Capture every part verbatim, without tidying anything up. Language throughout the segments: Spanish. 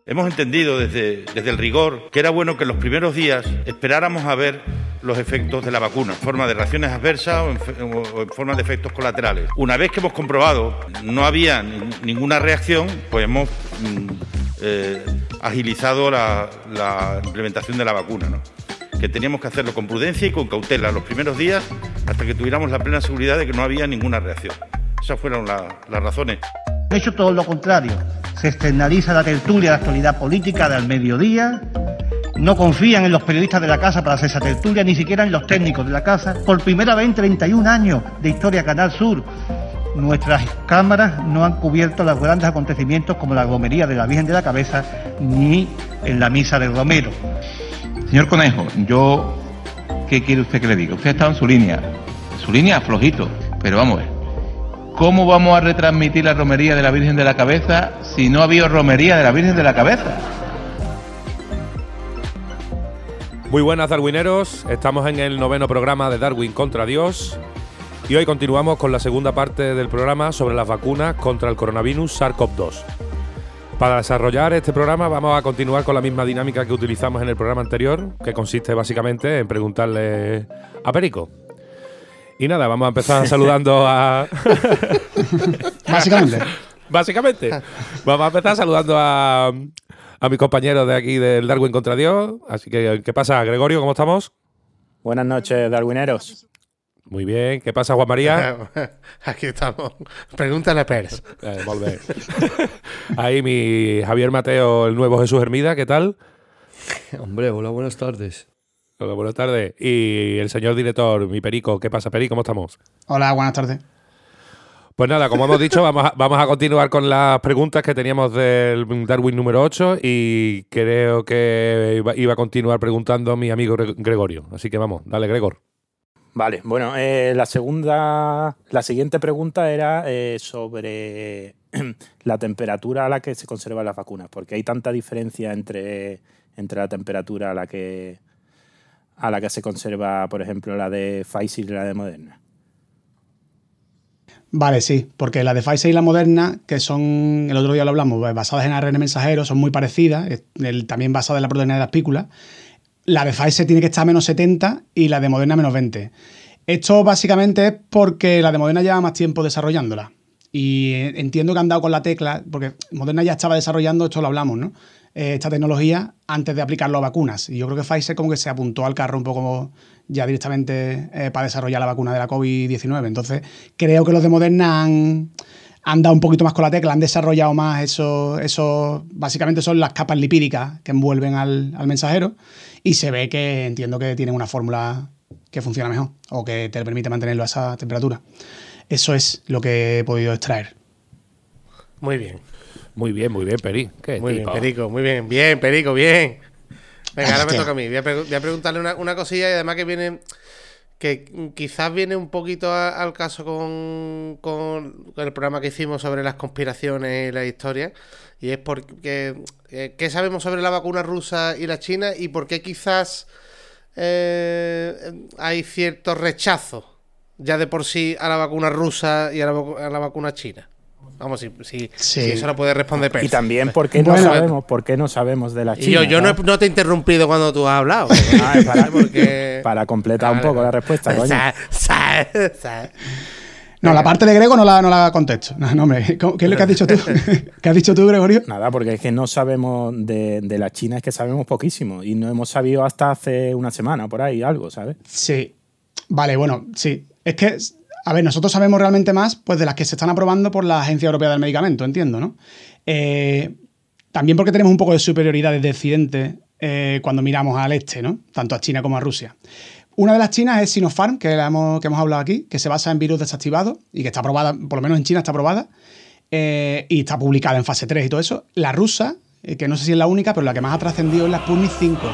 Hemos entendido desde, desde el rigor que era bueno que en los primeros días esperáramos a ver los efectos de la vacuna, en forma de reacciones adversas o en, o en forma de efectos colaterales. Una vez que hemos comprobado no había ni, ninguna reacción, pues hemos mm, eh, agilizado la, la implementación de la vacuna, ¿no? Que teníamos que hacerlo con prudencia y con cautela los primeros días hasta que tuviéramos la plena seguridad de que no había ninguna reacción. Esas fueron la, las razones. De hecho, todo lo contrario. Se externaliza la tertulia de la actualidad política del mediodía. No confían en los periodistas de la casa para hacer esa tertulia, ni siquiera en los técnicos de la casa. Por primera vez en treinta y un años de historia Canal Sur, nuestras cámaras no han cubierto los grandes acontecimientos como la romería de la Virgen de la Cabeza ni en la misa del Romero. Señor Conejo, yo, ¿qué quiere usted que le diga? Usted ha estado en su línea, su línea flojito, pero vamos a ver. ¿Cómo vamos a retransmitir la romería de la Virgen de la Cabeza si no ha habido romería de la Virgen de la Cabeza? Muy buenas, darwineros. Estamos en el noveno programa de Darwin contra Dios y hoy continuamos con la segunda parte del programa sobre las vacunas contra el coronavirus SARS-CoV dos. Para desarrollar este programa vamos a continuar con la misma dinámica que utilizamos en el programa anterior, que consiste básicamente en preguntarle a Perico. Y nada, vamos a empezar saludando a... Básicamente. Básicamente. Vamos a empezar saludando a, a mis compañeros de aquí del Darwin contra Dios. Así que, ¿qué pasa, Gregorio? ¿Cómo estamos? Buenas noches, darwineros. Muy bien. ¿Qué pasa, Juan María? Aquí estamos. Pregúntale a Pérez. Eh, molt bé. Ahí mi Javier Mateo, el nuevo Jesús Hermida. ¿Qué tal? Hombre, hola, buenas tardes. Hola, buenas tardes. Y el señor director, mi Perico. ¿Qué pasa, Peri? ¿Cómo estamos? Hola, buenas tardes. Pues nada, como hemos dicho, vamos a, vamos a continuar con las preguntas que teníamos del Darwin número ocho y creo que iba, iba a continuar preguntando mi amigo Gregorio. Así que vamos, dale, Gregor. Vale, bueno, eh, la segunda, la siguiente pregunta era eh, sobre la temperatura a la que se conservan las vacunas, porque hay tanta diferencia entre, entre la temperatura a la que a la que se conserva, por ejemplo, la de Pfizer y la de Moderna. Vale, sí, porque la de Pfizer y la Moderna, que son, el otro día lo hablamos, basadas en A R N mensajero, son muy parecidas, el, también basadas en la proteína de la espícula. La de Pfizer tiene que estar a menos setenta y la de Moderna a menos veinte. Esto básicamente es porque la de Moderna lleva más tiempo desarrollándola. Y entiendo que han dado con la tecla, porque Moderna ya estaba desarrollando, esto lo hablamos, ¿no? Eh, esta tecnología antes de aplicarlo a vacunas. Y yo creo que Pfizer como que se apuntó al carro un poco como ya directamente eh, para desarrollar la vacuna de la COVID diecinueve. Entonces creo que los de Moderna han, han dado un poquito más con la tecla, han desarrollado más eso, eso básicamente son las capas lipídicas que envuelven al, al mensajero y se ve que entiendo que tienen una fórmula que funciona mejor o que te permite mantenerlo a esa temperatura. Eso es lo que he podido extraer. Muy bien. Muy bien, muy bien, Peri. ¿Qué muy tipo? bien, Perico, muy bien. Bien, Perico, bien. Venga, ahora me toca a mí. Voy a, pregu- voy a preguntarle una, una cosilla y además que viene... que quizás viene un poquito a, al caso con, con el programa que hicimos sobre las conspiraciones y la historia, y es porque eh, ¿qué sabemos sobre la vacuna rusa y la china y por qué quizás eh, hay cierto rechazo ya de por sí a la vacuna rusa y a la, a la vacuna china? Vamos, si, si, Sí. si eso lo puede responder Pérez. Y también, ¿por qué no Bueno, sabemos? ¿Por qué no sabemos de la Y China? yo, yo no, he, ¿sabes? no te he interrumpido cuando tú has hablado. Ah, es para, porque... para completar Vale, un poco vale. la respuesta, coño. Sa- sa- sa- No, la parte de Grego no la, no la contesto. No, no, hombre, ¿qué es lo que has dicho tú? ¿Qué has dicho tú, Gregorio? Nada, porque es que no sabemos de, de la China, es que sabemos poquísimo. Y no hemos sabido hasta hace una semana, por ahí, algo, ¿sabes? Sí. Vale, bueno, sí. Es que, a ver, nosotros sabemos realmente más pues, de las que se están aprobando por la Agencia Europea del Medicamento, entiendo, ¿no? Eh, también porque tenemos un poco de superioridad desde Occidente eh, cuando miramos al este, ¿no? Tanto a China como a Rusia. Una de las chinas es Sinopharm, que, la hemos, que hemos hablado aquí, que se basa en virus desactivados y que está aprobada, por lo menos en China está aprobada, eh, y está publicada en fase tres y todo eso. La rusa, eh, que no sé si es la única, pero la que más ha trascendido es la Sputnik cinco.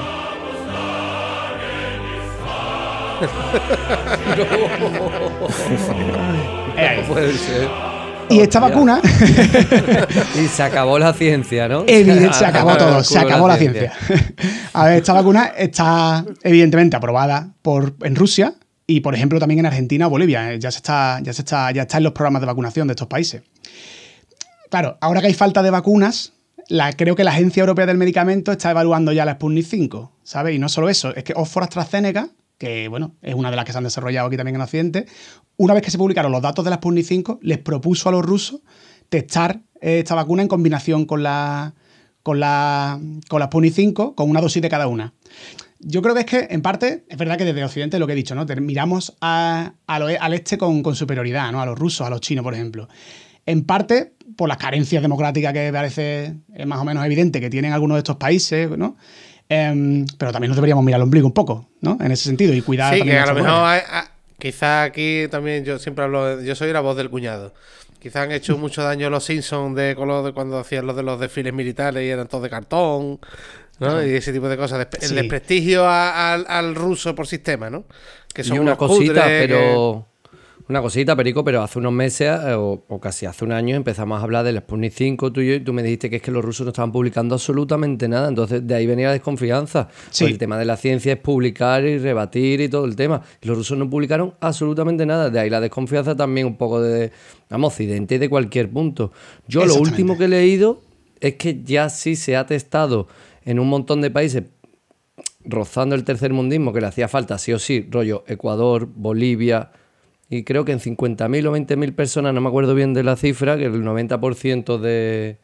No puede ser. Y esta vacuna... Y se acabó la ciencia, ¿no? Evidente, se acabó todo, Culo se acabó la ciencia. A ver, esta vacuna está evidentemente aprobada por, en Rusia y, por ejemplo, también en Argentina o Bolivia. Ya se está, ya se está, ya está en los programas de vacunación de estos países. Claro, ahora que hay falta de vacunas, la, creo que la Agencia Europea del Medicamento está evaluando ya la Sputnik cinco, ¿sabes? Y no solo eso, es que Oxford AstraZeneca, que bueno, es una de las que se han desarrollado aquí también en Occidente, una vez que se publicaron los datos de la Sputnik cinco, les propuso a los rusos testar eh, esta vacuna en combinación con la, con la, con la Sputnik cinco, con una dosis de cada una. Yo creo que es que, en parte, es verdad que desde Occidente lo que he dicho, ¿no? Miramos a, a lo, al este con, con superioridad, ¿no? A los rusos, a los chinos, por ejemplo. En parte, por las carencias democráticas que parece más o menos evidente que tienen algunos de estos países, ¿no? Eh, pero también nos deberíamos mirar el ombligo un poco, ¿no? En ese sentido, y cuidar sí, también. Sí, que a lo mejor hay, a, quizás aquí también yo siempre hablo, yo soy la voz del cuñado. Quizás han hecho mucho daño los Simpsons de, de cuando hacían los de los desfiles militares y eran todos de cartón, ¿no? Sí. Y ese tipo de cosas. El sí. desprestigio a, a, al ruso por sistema, ¿no? Que son y una cosita, pero... Que... Una cosita, Perico, pero hace unos meses o, o casi hace un año empezamos a hablar del Sputnik cinco tú y yo, y tú me dijiste que es que los rusos no estaban publicando absolutamente nada, entonces de ahí venía la desconfianza. Sí. Pues el tema de la ciencia es publicar y rebatir y todo el tema. Y los rusos no publicaron absolutamente nada, de ahí la desconfianza también un poco de, vamos, Occidente y de cualquier punto. Yo lo último que he leído es que ya sí se ha testado en un montón de países rozando el tercermundismo, que le hacía falta sí o sí, rollo Ecuador, Bolivia... Y creo que en cincuenta mil o veinte mil personas, no me acuerdo bien de la cifra, que el noventa por ciento de,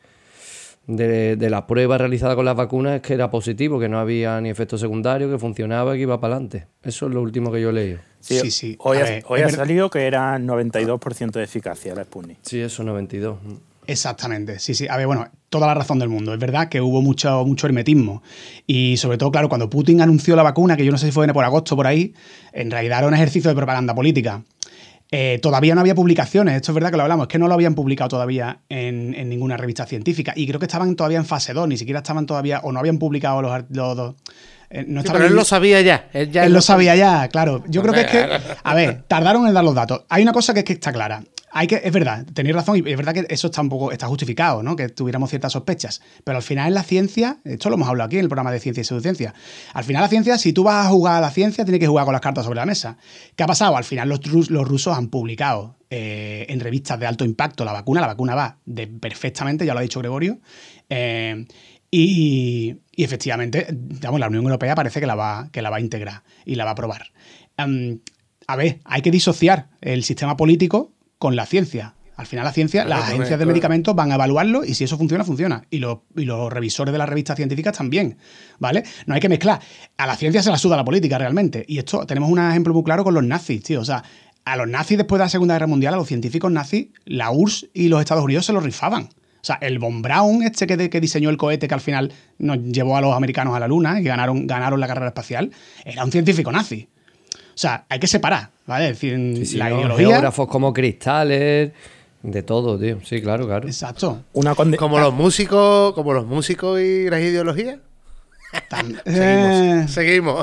de, de la prueba realizada con las vacunas es que era positivo, que no había ni efectos secundarios, que funcionaba y que iba para adelante. Eso es lo último que yo he leído. Sí, sí. sí. Hoy, ha, ver, hoy ha salido que era noventa y dos por ciento de eficacia la Sputnik. Sí, eso, noventa y dos. Exactamente, sí, sí. A ver, bueno, toda la razón del mundo. Es verdad que hubo mucho, mucho hermetismo. Y sobre todo, claro, cuando Putin anunció la vacuna, que yo no sé si fue por agosto por ahí, en realidad era un ejercicio de propaganda política. Eh, todavía no había publicaciones, esto es verdad que lo hablamos, es que no lo habían publicado todavía en, en ninguna revista científica y creo que estaban todavía en fase dos, ni siquiera estaban todavía, o no habían publicado los... los, los eh, no sí, pero él en, lo sabía ya. Él, ya él lo sabía ya, claro. Yo creo que es que, a ver, tardaron en dar los datos. Hay una cosa que es que está clara. Hay que, es verdad, tenéis razón y es verdad que eso está un poco está justificado, ¿no? Que tuviéramos ciertas sospechas. Pero al final en la ciencia, esto lo hemos hablado aquí en el programa de Ciencia y Pseudociencia, al final la ciencia, si tú vas a jugar a la ciencia, tienes que jugar con las cartas sobre la mesa. ¿Qué ha pasado? Al final los, los rusos han publicado eh, en revistas de alto impacto la vacuna, la vacuna va de perfectamente, ya lo ha dicho Gregorio, eh, y, y efectivamente, digamos, la Unión Europea parece que la va, que la va a integrar y la va a aprobar. Um, a ver, hay que disociar el sistema político con la ciencia. Al final la ciencia, las agencias de medicamentos van a evaluarlo y si eso funciona, funciona. Y los, y los revisores de las revistas científicas también, ¿vale? No hay que mezclar. A la ciencia se la suda la política realmente. Y esto, tenemos un ejemplo muy claro con los nazis, tío. O sea, a los nazis después de la Segunda Guerra Mundial, a los científicos nazis, la U R S S y los Estados Unidos se los rifaban. O sea, el von Braun, este que, de, que diseñó el cohete que al final nos llevó a los americanos a la Luna y ganaron, ganaron la carrera espacial, era un científico nazi. O sea, hay que separar, ¿vale? Es decir, sí, sí, la no, ideología... Geógrafos como cristales, de todo, tío. Sí, claro, claro. Exacto. Una conde... Como los músicos, como los músicos y las ideologías. Tan... seguimos, eh... seguimos.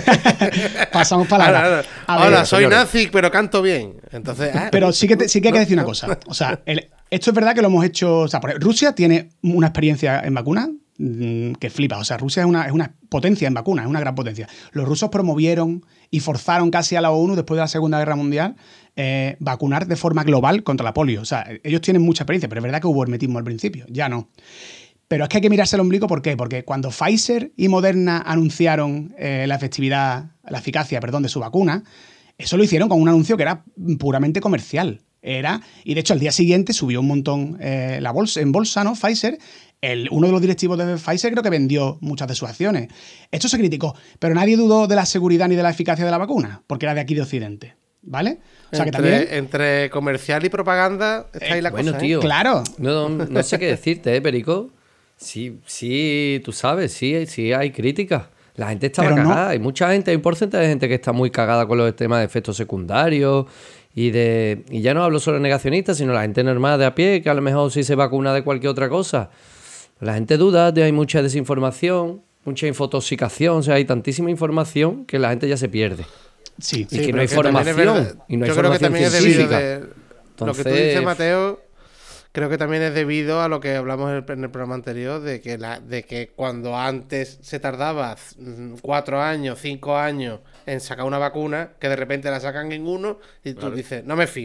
Pasamos palabra. Ahora, ahora, ahora soy señores. nazi, pero canto bien. Entonces, ah, pero sí que, te, sí que hay que decir una cosa. O sea, el, esto es verdad que lo hemos hecho... O sea, Rusia tiene una experiencia en vacunas que flipa. O sea, Rusia es una, es una potencia en vacunas, es una gran potencia. Los rusos promovieron y forzaron casi a la ONU después de la Segunda Guerra Mundial eh, vacunar de forma global contra la polio. O sea, ellos tienen mucha experiencia, pero es verdad que hubo hermetismo al principio, ya no. Pero es que hay que mirarse el ombligo, ¿por qué? Porque cuando Pfizer y Moderna anunciaron eh, la efectividad, la eficacia, perdón, de su vacuna, eso lo hicieron con un anuncio que era puramente comercial. Era, y de hecho al día siguiente subió un montón eh, la bolsa, en bolsa, ¿no? Pfizer, el, uno de los directivos de Pfizer creo que vendió muchas de sus acciones. Esto se criticó, pero nadie dudó de la seguridad ni de la eficacia de la vacuna, porque era de aquí de Occidente, ¿vale? O sea, entre, que también... entre comercial y propaganda está ahí la eh, bueno, cosa, tío, ¿eh? Claro. No, no sé qué decirte, ¿eh, Perico? Sí, sí, tú sabes, sí, sí hay críticas. La gente estaba Pero cagada. no. Hay mucha gente, hay un porcentaje de gente que está muy cagada con los temas de efectos secundarios. Y de y ya no hablo solo de negacionistas, sino la gente normal de a pie, que a lo mejor sí se vacuna de cualquier otra cosa. La gente duda, de hay mucha desinformación, mucha infotoxicación, o sea, hay tantísima información que la gente ya se pierde. Sí, y sí, que no hay que formación. Y no hay yo creo que formación también es debido científica. de... Entonces... Lo que tú dices, Mateo, creo que también es debido a lo que hablamos en el, en el programa anterior, de que, la, de que cuando antes se tardaba cuatro años, cinco años en sacar una vacuna, que de repente la sacan en uno y tú claro. dices, no me fío.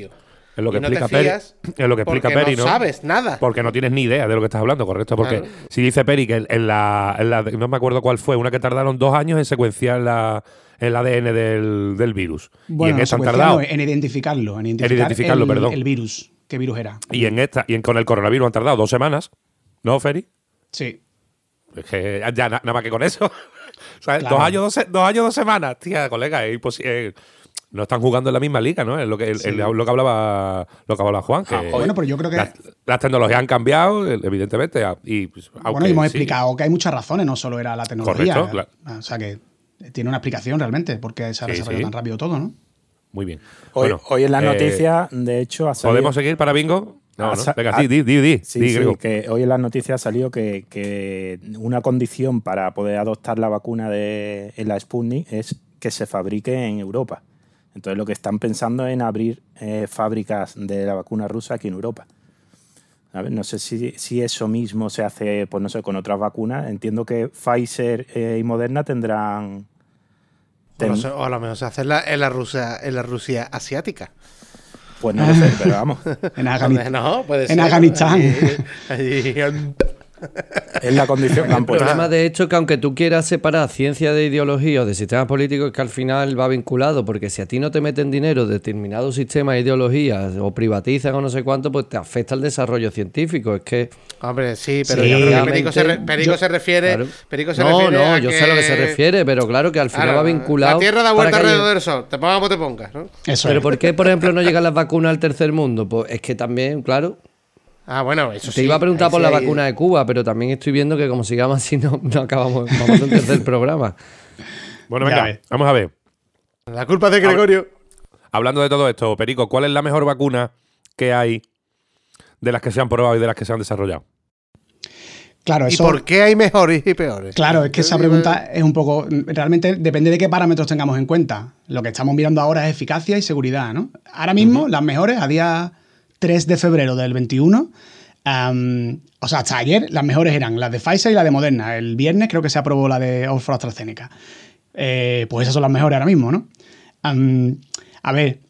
Es lo que y no explica te fías Peri, es lo que explica porque Peri, no ¿no? sabes nada. Porque no tienes ni idea de lo que estás hablando, correcto. Porque Claro. si dice Peri que en la, en la- no me acuerdo cuál fue, una que tardaron dos años en secuenciar la, el A D N del, del virus. Bueno, y en no, esta han secuenciarlo, tardado. en identificarlo, en identificar identificarlo, el, perdón. el virus. ¿Qué virus era? Y en esta, y en, con el coronavirus han tardado dos semanas. ¿No, Feri? Sí. Es que ya na- nada más que con eso. ¿Sabes? Claro. Dos años, dos, se- dos años, dos semanas. Tía, colega, es imposible. No están jugando en la misma liga, ¿no? Es lo que, el- Sí. el- lo que hablaba lo que hablaba Juan. Que Ah, bueno, pero yo creo que- Las, las tecnologías han cambiado, evidentemente. Y, pues, Bueno, aunque y hemos sí. explicado que hay muchas razones, no solo era la tecnología. Correcto, claro. O sea que tiene una explicación realmente, porque se ha Sí, desarrollado sí. tan rápido todo, ¿no? Muy bien. Hoy, Bueno, hoy en las eh, noticias, de hecho, ha salido… ¿podemos seguir para bingo? No, Ha no. sa- Venga, ha- sí, di, di, di. Sí, di, sí, Grego. que hoy en las noticias ha salido que, que una condición para poder adoptar la vacuna de en la Sputnik es que se fabrique en Europa. Entonces lo que están pensando es en abrir eh, fábricas de la vacuna rusa aquí en Europa. A ver, no sé si, si eso mismo se hace, pues no sé, con otras vacunas. Entiendo que Pfizer eh, y Moderna tendrán… O, no ten- sé, o a lo mejor se hace en la, en la Rusia, en la Rusia asiática. Pues no lo sé, pero vamos. En Afganistán. No, puede ser. En Afganistán. Allí- allí- Es la condición que han El puesto. problema, de hecho, que aunque tú quieras separar ciencia de ideología o de sistemas políticos, es que al final va vinculado, porque si a ti no te meten dinero de determinados sistemas e ideologías o privatizan o no sé cuánto, pues te afecta el desarrollo científico. Es que… Hombre, sí, pero Sí, yo creo que obviamente, Perico se, re- Perico yo- se refiere. claro. Perico se no, refiere no, a yo que, sé a lo que se refiere, pero claro que al final claro, va vinculado… La Tierra da para vuelta que haya- alrededor del Sol. Te pongas como te pongas, ¿no? Eso Pero es. ¿por qué, por ejemplo, no llegan las vacunas al tercer mundo? Pues es que también, claro… Ah, bueno, eso sí. Te iba a preguntar ahí por sí la hay- vacuna de Cuba, pero también estoy viendo que como sigamos así no, no acabamos, vamos a hacer un tercer programa. Bueno, Ya venga, ves. vamos a ver. La culpa es de Gregorio. Hablando de todo esto, Perico, ¿cuál es la mejor vacuna que hay de las que se han probado y de las que se han desarrollado? Claro, ¿Y eso… por qué hay mejores y peores? Claro, es que esa pregunta es un poco… Realmente depende de qué parámetros tengamos en cuenta. Lo que estamos mirando ahora es eficacia y seguridad, ¿no? Ahora mismo, las mejores, a día tres de febrero del veintiuno, um, o sea, hasta ayer, las mejores eran las de Pfizer y la de Moderna. El viernes creo que se aprobó la de Oxford AstraZeneca. Eh, pues esas son las mejores ahora mismo, ¿no? Um, a ver…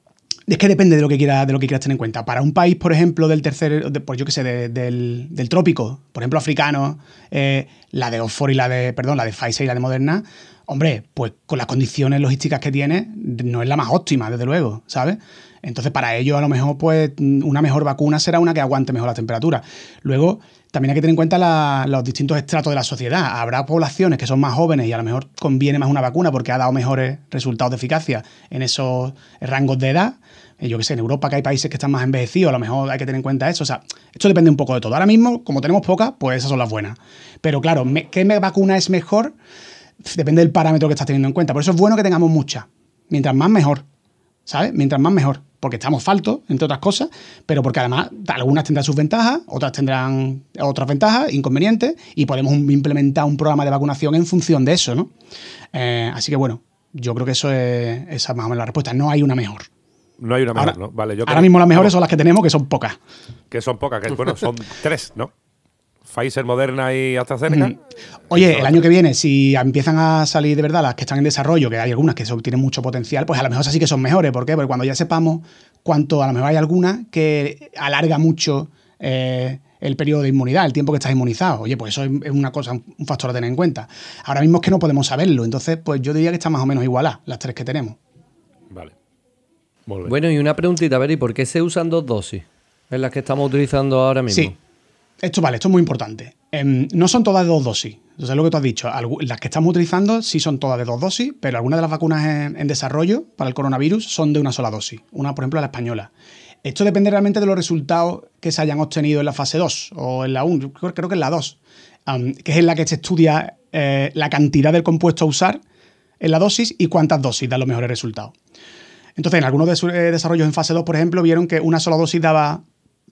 Es que depende de lo que quieras de lo que quieras tener en cuenta. Para un país, por ejemplo, del tercer, de, pues yo qué sé, de- del, del trópico, por ejemplo, africano, eh, la de Oxford y la de, perdón, la de Pfizer y la de Moderna, hombre, pues con las condiciones logísticas que tiene, no es la más óptima, desde luego, ¿sabes? Entonces, para ello, a lo mejor, pues, una mejor vacuna será una que aguante mejor la temperatura. Luego, también hay que tener en cuenta la- los distintos estratos de la sociedad. Habrá poblaciones que son más jóvenes y a lo mejor conviene más una vacuna porque ha dado mejores resultados de eficacia en esos rangos de edad. Eh, Yo qué sé, en Europa, que hay países que están más envejecidos, a lo mejor hay que tener en cuenta eso. O sea, esto depende un poco de todo. Ahora mismo, como tenemos pocas, pues esas son las buenas. Pero claro, me- ¿qué me- vacuna es mejor? Depende del parámetro que estás teniendo en cuenta. Por eso es bueno que tengamos muchas. Mientras más, mejor. ¿Sabes? Mientras más, mejor. Porque estamos faltos, entre otras cosas, pero porque además algunas tendrán sus ventajas, otras tendrán otras ventajas, inconvenientes, y podemos un- implementar un programa de vacunación en función de eso, ¿no? Eh, así que bueno, yo creo que eso es, esa es más o menos la respuesta. No hay una mejor. No hay una mejor, Ahora, ¿no? Vale, yo ahora creo- mismo las mejores son las que tenemos, que son pocas. Que son pocas, que bueno, son tres, ¿no? Pfizer, Moderna y AstraZeneca. Mm. Oye, el año que viene, si empiezan a salir de verdad las que están en desarrollo, que hay algunas que son- tienen mucho potencial, pues a lo mejor esas sí que son mejores. ¿Por qué? Porque cuando ya sepamos cuánto, a lo mejor hay alguna que alarga mucho eh, el periodo de inmunidad, el tiempo que estás inmunizado. Oye, pues eso es es una cosa, un factor a tener en cuenta. Ahora mismo es que no podemos saberlo, entonces pues yo diría que están más o menos igualadas las tres que tenemos. Vale. Muy bien. Bueno, y una preguntita, a ver, ¿y por qué se usan dos dosis? En las que estamos utilizando ahora mismo. Sí. Esto vale, esto es muy importante. Em, no son todas de dos dosis. Entonces, lo que tú has dicho, algu- las que estamos utilizando sí son todas de dos dosis, pero algunas de las vacunas en, en desarrollo para el coronavirus son de una sola dosis. Una, por ejemplo, la española. Esto depende realmente de los resultados que se hayan obtenido en la fase dos o en la uno, creo, creo que en la dos, um, que es en la que se estudia eh, la cantidad del compuesto a usar en la dosis y cuántas dosis dan los mejores resultados. Entonces, en algunos de sus, eh, desarrollos en fase dos, por ejemplo, vieron que una sola dosis daba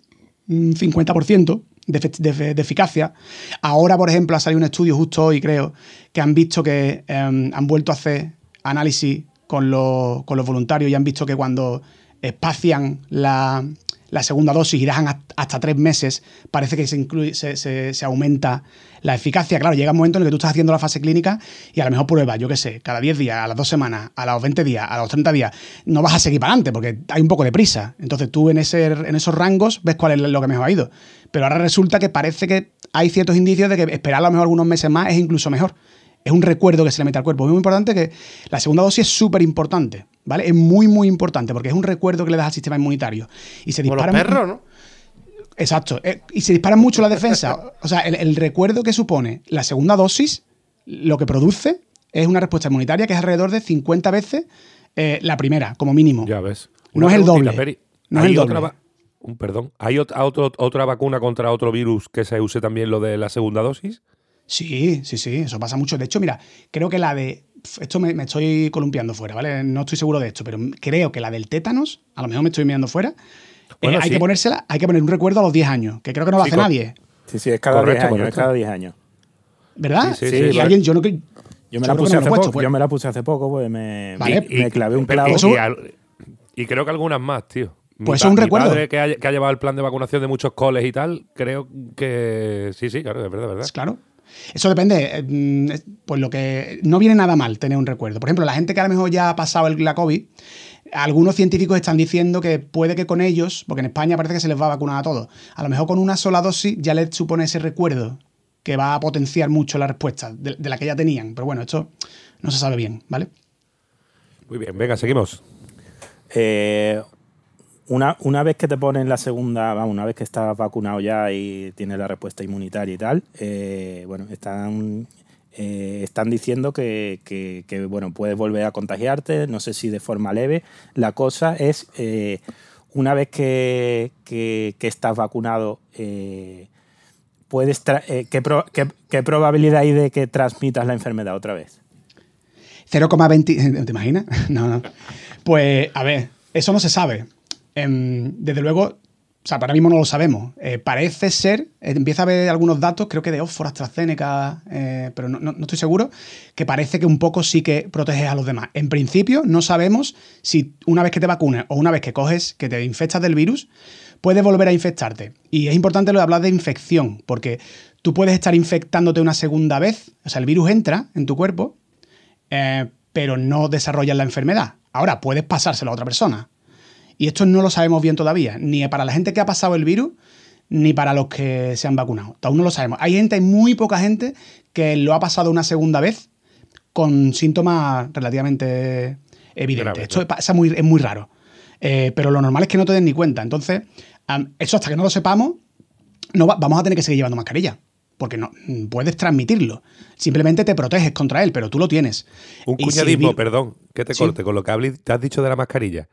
un cincuenta por ciento de, efe- de, de eficacia. Ahora, por ejemplo, ha salido un estudio justo hoy, creo, que han visto que eh, han vuelto a hacer análisis con los, con los voluntarios y han visto que cuando espacian la, la segunda dosis y dejan hasta tres meses, parece que se, incluye, se, se, se aumenta la eficacia. Claro, llega un momento en el que tú estás haciendo la fase clínica y a lo mejor pruebas, yo qué sé, cada diez días, a las dos semanas, a los veinte días, a los treinta días, no vas a seguir para adelante porque hay un poco de prisa. Entonces tú en, ese, en esos rangos ves cuál es lo que mejor ha ido. Pero ahora resulta que parece que hay ciertos indicios de que esperar a lo mejor algunos meses más es incluso mejor. Es un recuerdo que se le mete al cuerpo. Es muy importante que la segunda dosis es súper importante, ¿vale? Es muy, muy importante porque es un recuerdo que le das al sistema inmunitario. Y se dispara. Como los perros, ¿no? Exacto. Eh, y se dispara mucho la defensa. O sea, el, el recuerdo que supone la segunda dosis, lo que produce es una respuesta inmunitaria que es alrededor de cincuenta veces eh, la primera, como mínimo. Ya ves. No es el doble. Peri, no es el doble. Otra, un, perdón. ¿Hay otra, otro, otra vacuna contra otro virus que se use también lo de la segunda dosis? Sí, sí, sí, eso pasa mucho. De hecho, mira, creo que la de... Esto me, me estoy columpiando fuera, ¿vale? No estoy seguro de esto, pero creo que la del tétanos, a lo mejor me estoy mirando fuera, bueno, eh, hay sí. que ponérsela, hay que poner un recuerdo a los diez años, que creo que no lo sí, hace nadie. Sí, sí, es cada diez años, es cada diez años. ¿Verdad? Sí, sí, sí, y sí. alguien, yo no... Yo me la puse hace poco, pues. yo me la puse hace poco, pues me, vale. me, me clavé un clavo. Y, y creo que algunas más, tío. Pues es un recuerdo. Mi padre que ha, que ha llevado el plan de vacunación de muchos coles y tal, creo que sí, sí, claro, es verdad, es verdad. Claro. Eso depende, pues lo que no viene nada mal tener un recuerdo. Por ejemplo, la gente que a lo mejor ya ha pasado la COVID, algunos científicos están diciendo que puede que con ellos, porque en España parece que se les va a vacunar a todos, a lo mejor con una sola dosis ya les supone ese recuerdo que va a potenciar mucho la respuesta de, de la que ya tenían. Pero bueno, esto no se sabe bien, ¿vale? Muy bien, venga, seguimos. Eh... Una, una vez que te ponen la segunda, vamos, una vez que estás vacunado ya y tienes la respuesta inmunitaria y tal, eh, bueno, están, eh, están diciendo que, que, que, bueno, puedes volver a contagiarte, no sé si de forma leve. La cosa es, eh, una vez que, que, que estás vacunado, eh, puedes tra- eh, ¿qué, pro- qué, ¿qué probabilidad hay de que transmitas la enfermedad otra vez? cero coma veinte, ¿te imaginas? No, no. Pues, a ver, eso no se sabe. Desde luego, o sea, para mismo no lo sabemos. Eh, parece ser, eh, empieza a haber algunos datos, creo que de Oxford, AstraZeneca, eh, pero no, no, no estoy seguro, que parece que un poco sí que proteges a los demás. En principio, no sabemos si una vez que te vacunes o una vez que coges, que te infectas del virus, puedes volver a infectarte. Y es importante lo de hablar de infección, porque tú puedes estar infectándote una segunda vez, o sea, el virus entra en tu cuerpo, eh, pero no desarrollas la enfermedad. Ahora, puedes pasárselo a otra persona. Y esto no lo sabemos bien todavía, ni para la gente que ha pasado el virus, ni para los que se han vacunado. Aún no lo sabemos. Hay gente, hay muy poca gente que lo ha pasado una segunda vez con síntomas relativamente evidentes. Grave, esto ¿no? pasa muy, es muy raro. Eh, pero lo normal es que no te den ni cuenta. Entonces, um, eso hasta que no lo sepamos, no va, vamos a tener que seguir llevando mascarilla. Porque no puedes transmitirlo. Simplemente te proteges contra él, pero tú lo tienes. Un cuñadismo, si perdón, que te corte, sí. Con lo que te has dicho de la mascarilla.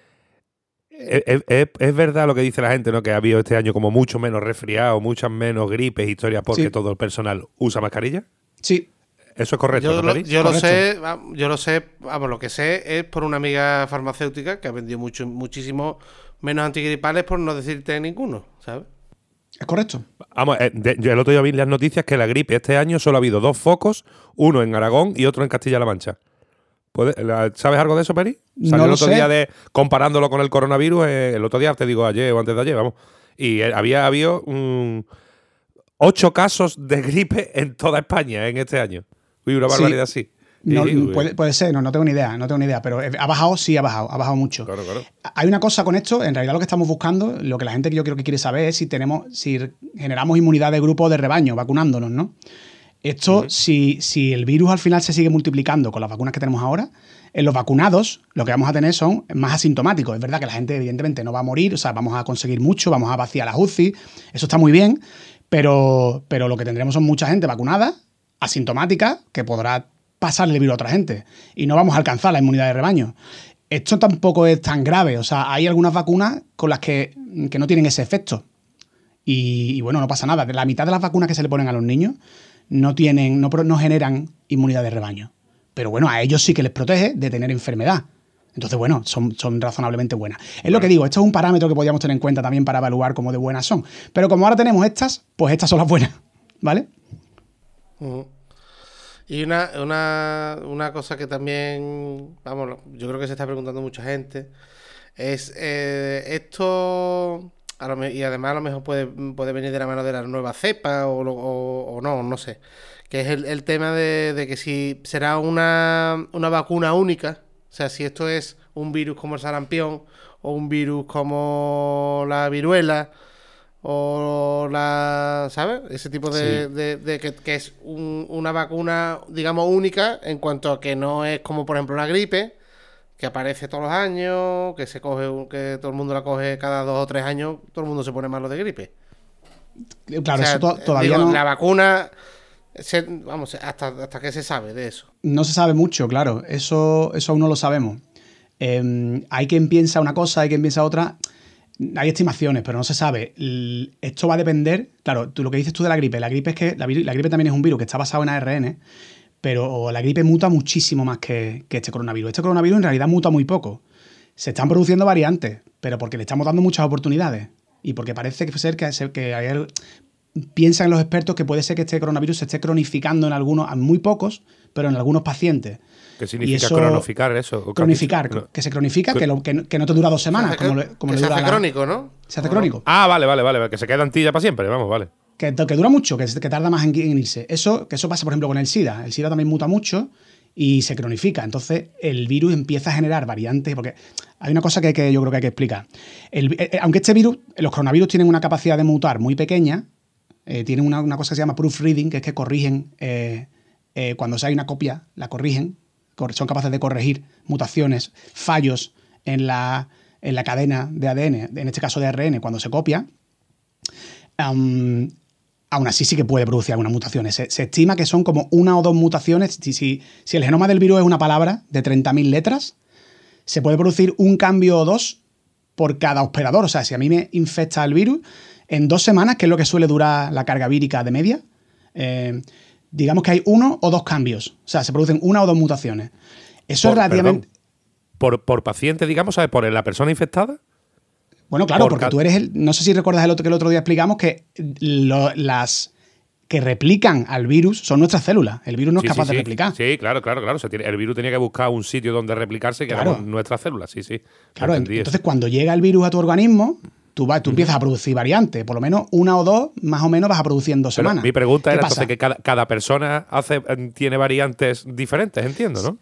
Es, es, es verdad lo que dice la gente, ¿no? Que ha habido este año como mucho menos resfriado, muchas menos gripes, historias, porque sí. todo el personal usa mascarilla. Sí. Eso es correcto, yo ¿no, lo, yo lo sé, yo lo sé, vamos, lo que sé es por una amiga farmacéutica que ha vendido mucho, muchísimo menos antigripales, por no decirte ninguno, ¿sabes? Es correcto. Vamos, eh, de, yo el otro día vi las noticias que la gripe este año solo ha habido dos focos, uno en Aragón y otro en Castilla-La Mancha. ¿Sabes algo de eso, Peri? Salió no el otro sé. día de comparándolo con el coronavirus, eh, el otro día, te digo ayer o antes de ayer, vamos. Y eh, había habido um, ocho casos de gripe en toda España en este año. Uy, una barbaridad sí. así. No, y, puede, puede ser, no, no tengo ni idea, no tengo ni idea, pero ha bajado, sí ha bajado, ha bajado mucho. Claro, claro. Hay una cosa con esto, en realidad lo que estamos buscando, lo que la gente que yo creo que quiere saber es si tenemos, si generamos inmunidad de grupo o de rebaño, vacunándonos, ¿no? Esto, uh-huh. si, si el virus al final se sigue multiplicando con las vacunas que tenemos ahora, en los vacunados lo que vamos a tener son más asintomáticos. Es verdad que la gente evidentemente no va a morir, o sea, vamos a conseguir mucho, vamos a vaciar las U C I, eso está muy bien, pero, pero lo que tendremos son mucha gente vacunada, asintomática, que podrá pasarle el virus a otra gente y no vamos a alcanzar la inmunidad de rebaño. Esto tampoco es tan grave, o sea, hay algunas vacunas con las que, que no tienen ese efecto y, y bueno, no pasa nada. La mitad de las vacunas que se le ponen a los niños no tienen, no, no generan inmunidad de rebaño. Pero bueno, a ellos sí que les protege de tener enfermedad. Entonces, bueno, son, son razonablemente buenas. Es bueno. Lo que digo, esto es un parámetro que podríamos tener en cuenta también para evaluar cómo de buenas son. Pero como ahora tenemos estas, pues estas son las buenas, ¿vale? Uh-huh. Y una, una, una cosa que también, vamos, yo creo que se está preguntando mucha gente, Es eh, esto... A lo, y además a lo mejor puede, puede venir de la mano de la nueva cepa o, o, o no, no sé. Que es el, el tema de, de que si será una, una vacuna única, o sea, si esto es un virus como el sarampión o un virus como la viruela o la, ¿sabes? Ese tipo de, sí. de, de, de que, que es un, una vacuna, digamos, única en cuanto a que no es como, por ejemplo, una gripe, que aparece todos los años, que se coge, que todo el mundo la coge cada dos o tres años, todo el mundo se pone malo de gripe. Claro, o sea, eso to todavía digo, no... La vacuna, se, vamos, hasta, hasta qué se sabe de eso. No se sabe mucho, claro, eso, eso aún no lo sabemos. Eh, hay quien piensa una cosa, hay quien piensa otra. Hay estimaciones, pero no se sabe. Esto va a depender, claro, tú, lo que dices tú de la gripe, la gripe es que la, la gripe también es un virus que está basado en A R N, pero la gripe muta muchísimo más que, que este coronavirus. Este coronavirus en realidad muta muy poco. Se están produciendo variantes, pero porque le estamos dando muchas oportunidades y porque parece ser que, que hay, piensan los expertos que puede ser que este coronavirus se esté cronificando en algunos, en muy pocos, pero en algunos pacientes. ¿Qué significa eso, cronificar eso? Cronificar, que, que se cronifica, que, lo, que, que no te dura dos semanas. Se como que, le, como que le se hace la, crónico, ¿no? Se hace crónico. Ah, vale, vale, vale, que se queda en tilla para siempre, vamos, vale. Que, que dura mucho, que, que tarda más en, en irse. Eso, que eso pasa, por ejemplo, con el SIDA. El SIDA también muta mucho y se cronifica. Entonces, el virus empieza a generar variantes, porque hay una cosa que, que yo creo que hay que explicar. El, eh, aunque este virus, los coronavirus tienen una capacidad de mutar muy pequeña, eh, tienen una, una cosa que se llama proofreading, que es que corrigen, eh, eh, cuando se hay una copia, la corrigen, son capaces de corregir mutaciones, fallos en la, en la cadena de A D N, en este caso de A R N, cuando se copia. Um, aún así sí que puede producir algunas mutaciones. Se, se estima que son como una o dos mutaciones. Si, si, si el genoma del virus es una palabra de treinta mil letras, se puede producir un cambio o dos por cada hospedador. O sea, si a mí me infecta el virus, en dos semanas, que es lo que suele durar la carga vírica de media, eh, digamos que hay uno o dos cambios. O sea, se producen una o dos mutaciones. Eso por, es relativamente... Por, por paciente, digamos, ¿sabes? ¿Por la persona infectada? Bueno, claro, por porque tú eres el... No sé si recuerdas el otro, que el otro día explicamos que lo, las que replican al virus son nuestras células. El virus no sí, es capaz sí, de sí. replicar. Sí, claro, claro, claro. O sea, el virus tenía que buscar un sitio donde replicarse que claro. eran nuestras células. Sí, sí. Claro, entonces eso. Cuando llega el virus a tu organismo, tú, vas, tú uh-huh. empiezas a producir variantes. Por lo menos una o dos, más o menos, vas a producir en dos Pero semanas. Mi pregunta era pasa? entonces que cada, cada persona hace, tiene variantes diferentes, entiendo, ¿no?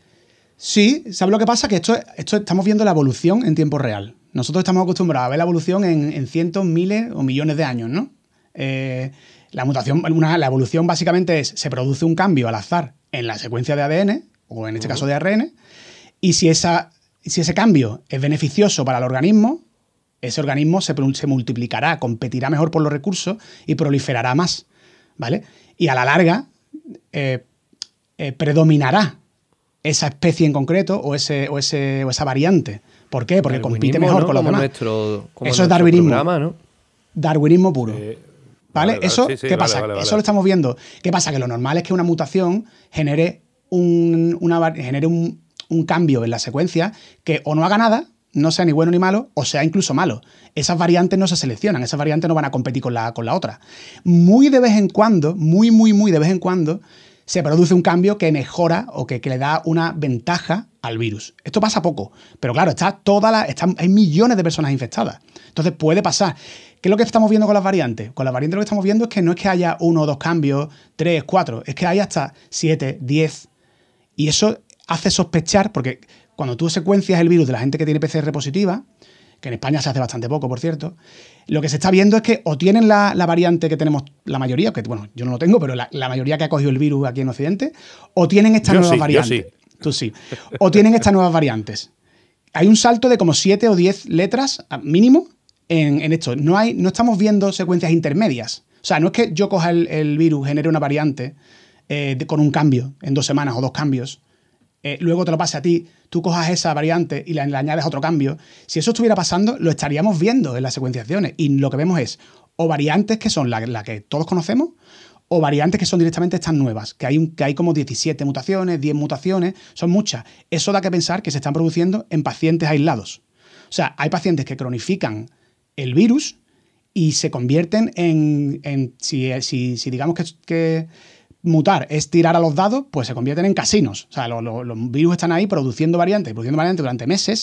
Sí, ¿sabes lo que pasa? Que esto, esto estamos viendo la evolución en tiempo real. Nosotros estamos acostumbrados a ver la evolución en, en cientos, miles o millones de años, ¿no? Eh, la mutación, una, la evolución básicamente es, se produce un cambio al azar en la secuencia de A D N, o en este uh-huh. caso de A R N, y si, esa, si ese cambio es beneficioso para el organismo, ese organismo se, se multiplicará, competirá mejor por los recursos y proliferará más, ¿vale? Y a la larga eh, eh, predominará esa especie en concreto o, ese, o, ese, o esa variante. ¿Por qué? Porque compite mejor ¿no? con los como demás. Nuestro, como Eso es darwinismo. Programa, ¿no? Darwinismo puro. Eh, ¿Vale? vale, Eso, sí, sí, ¿qué vale, pasa? vale, vale. Eso lo estamos viendo. ¿Qué pasa? Que lo normal es que una mutación genere un, una, genere un, un cambio en la secuencia que o no haga nada, no sea ni bueno ni malo, o sea incluso malo. Esas variantes no se seleccionan, esas variantes no van a competir con la, con la otra. Muy de vez en cuando, muy, muy, muy de vez en cuando, se produce un cambio que mejora o que, que le da una ventaja al virus. Esto pasa poco, pero claro, está toda la, está, hay millones de personas infectadas. Entonces puede pasar. ¿Qué es lo que estamos viendo con las variantes? Con las variantes lo que estamos viendo es que no es que haya uno o dos cambios, tres, cuatro, es que hay hasta siete, diez. Y eso hace sospechar, porque cuando tú secuencias el virus de la gente que tiene P C R positiva, que en España se hace bastante poco, por cierto, lo que se está viendo es que o tienen la, la variante que tenemos la mayoría, que bueno, yo no lo tengo, pero la, la mayoría que ha cogido el virus aquí en Occidente, o tienen estas yo nuevas sí, variantes. Yo sí. Tú sí. O tienen estas nuevas variantes. Hay un salto de como siete o diez letras mínimo en, en esto. No, hay, no estamos viendo secuencias intermedias. O sea, no es que yo coja el, el virus, genere una variante eh, de, con un cambio en dos semanas o dos cambios, eh, luego te lo pase a ti, tú cojas esa variante y le, le añades otro cambio. Si eso estuviera pasando, lo estaríamos viendo en las secuenciaciones. Y lo que vemos es o variantes que son las la que todos conocemos, o variantes que son directamente estas nuevas, que hay, un, que hay como diecisiete mutaciones, diez mutaciones, son muchas. Eso da que pensar que se están produciendo en pacientes aislados. O sea, hay pacientes que cronifican el virus y se convierten en, en si, si, si digamos que, que mutar es tirar a los dados, pues se convierten en casinos. O sea, lo, lo, los virus están ahí produciendo variantes, produciendo variantes durante meses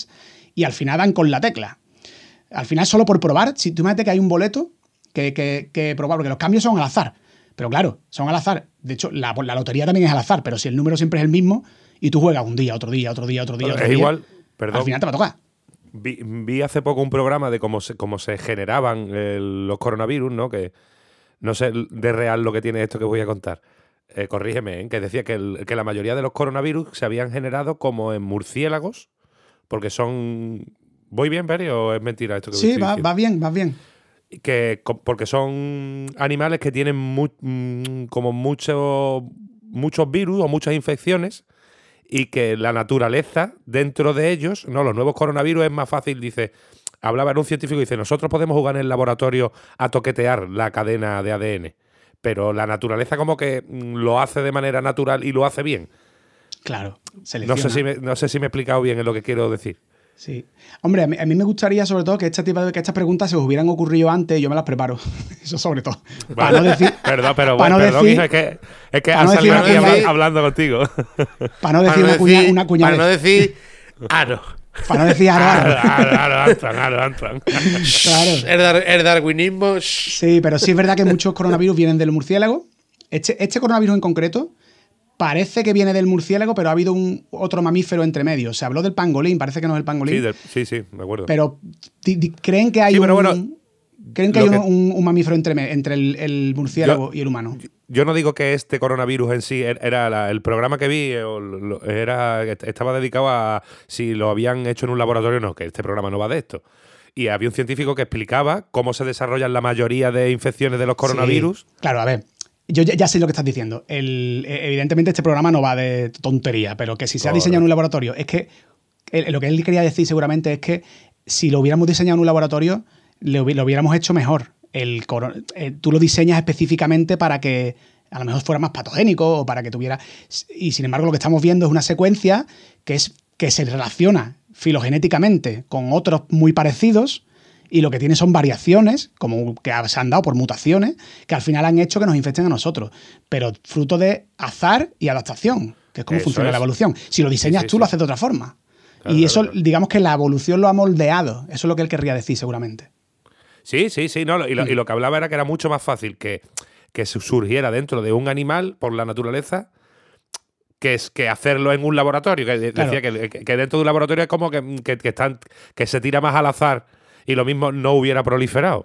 y al final dan con la tecla. Al final, solo por probar, si tú imagínate que hay un boleto que, que, que probar, porque los cambios son al azar. Pero claro, son al azar. De hecho, la, la lotería también es al azar, pero si el número siempre es el mismo y tú juegas un día, otro día, otro día, otro día, Pero otro es día, igual, perdón. al final te va a tocar. Vi, vi hace poco un programa de cómo se, cómo se generaban eh, los coronavirus, ¿no? Que no sé de real lo que tiene esto que voy a contar. Eh, corrígeme, ¿eh? Que decía que, el, que la mayoría de los coronavirus se habían generado como en murciélagos, porque son... ¿Voy bien, Peri, o es mentira esto que Sí, estoy va, diciendo? va bien, va bien. Que, porque son animales que tienen mu, mm, como muchos muchos virus o muchas infecciones y que la naturaleza dentro de ellos, no, los nuevos coronavirus es más fácil, dice, hablaba en un científico y dice, nosotros podemos jugar en el laboratorio a toquetear la cadena de A D N, pero la naturaleza como que mm, lo hace de manera natural y lo hace bien. Claro, No selecciona. sé si me, no sé si me he explicado bien en lo que quiero decir. Sí. Hombre, a mí, a mí me gustaría sobre todo que este tipo de que estas preguntas se os hubieran ocurrido antes y yo me las preparo. Eso sobre todo. Vale. Para no decir, Perdón, pero para bueno, no perdón, decir- hijo, es que, es que para has no salido decir aquí una habla- cuña- hablando contigo. para no decir Para una, no cuña, decir- una cuña para no decir aro. para no decir aro, aro. Claro, claro, entran, claro, entran. Claro. El, dar- el darwinismo. shh. Sí, pero sí es verdad que muchos coronavirus vienen del murciélago. Este, este coronavirus en concreto parece que viene del murciélago, pero ha habido un otro mamífero entre medio. Se habló del pangolín, parece que no es el pangolín. Sí, del- sí, sí, me acuerdo. Pero di- di- creen que hay Sí, pero un, bueno, creen que lo hay que- un, un- un mamífero entre, me- entre el, el murciélago Yo- y el humano. Yo no digo que este coronavirus en sí er- era la- el programa que vi eh, o lo- era estaba dedicado a si lo habían hecho en un laboratorio o no, que este programa no va de esto. Y había un científico que explicaba cómo se desarrollan la mayoría de infecciones de los coronavirus. Sí, claro, a ver. Yo ya, ya sé lo que estás diciendo. El- eh, evidentemente este programa no va de tontería, pero que si se ha diseñado en un laboratorio, es que el- lo que él quería decir seguramente es que si lo hubiéramos diseñado en un laboratorio, le hubi- lo hubiéramos hecho mejor. El coro- eh, tú lo diseñas específicamente para que a lo mejor fuera más patogénico o para que tuviera... Y sin embargo lo que estamos viendo es una secuencia que, es, que se relaciona filogenéticamente con otros muy parecidos y lo que tiene son variaciones, como que se han dado por mutaciones, que al final han hecho que nos infecten a nosotros, pero fruto de azar y adaptación, que es como Eso funciona es. la evolución. Si lo diseñas Sí, sí, tú, sí. lo haces de otra forma. Claro, y claro, eso, claro. digamos que la evolución lo ha moldeado. Eso es lo que él querría decir, seguramente. Sí, sí, sí. No, y, lo, y lo que hablaba era que era mucho más fácil que, que su- surgiera dentro de un animal por la naturaleza que, es, que hacerlo en un laboratorio. Que de- Claro. decía que, que- que dentro de un laboratorio es como que, que, que están, que se tira más al azar y lo mismo no hubiera proliferado.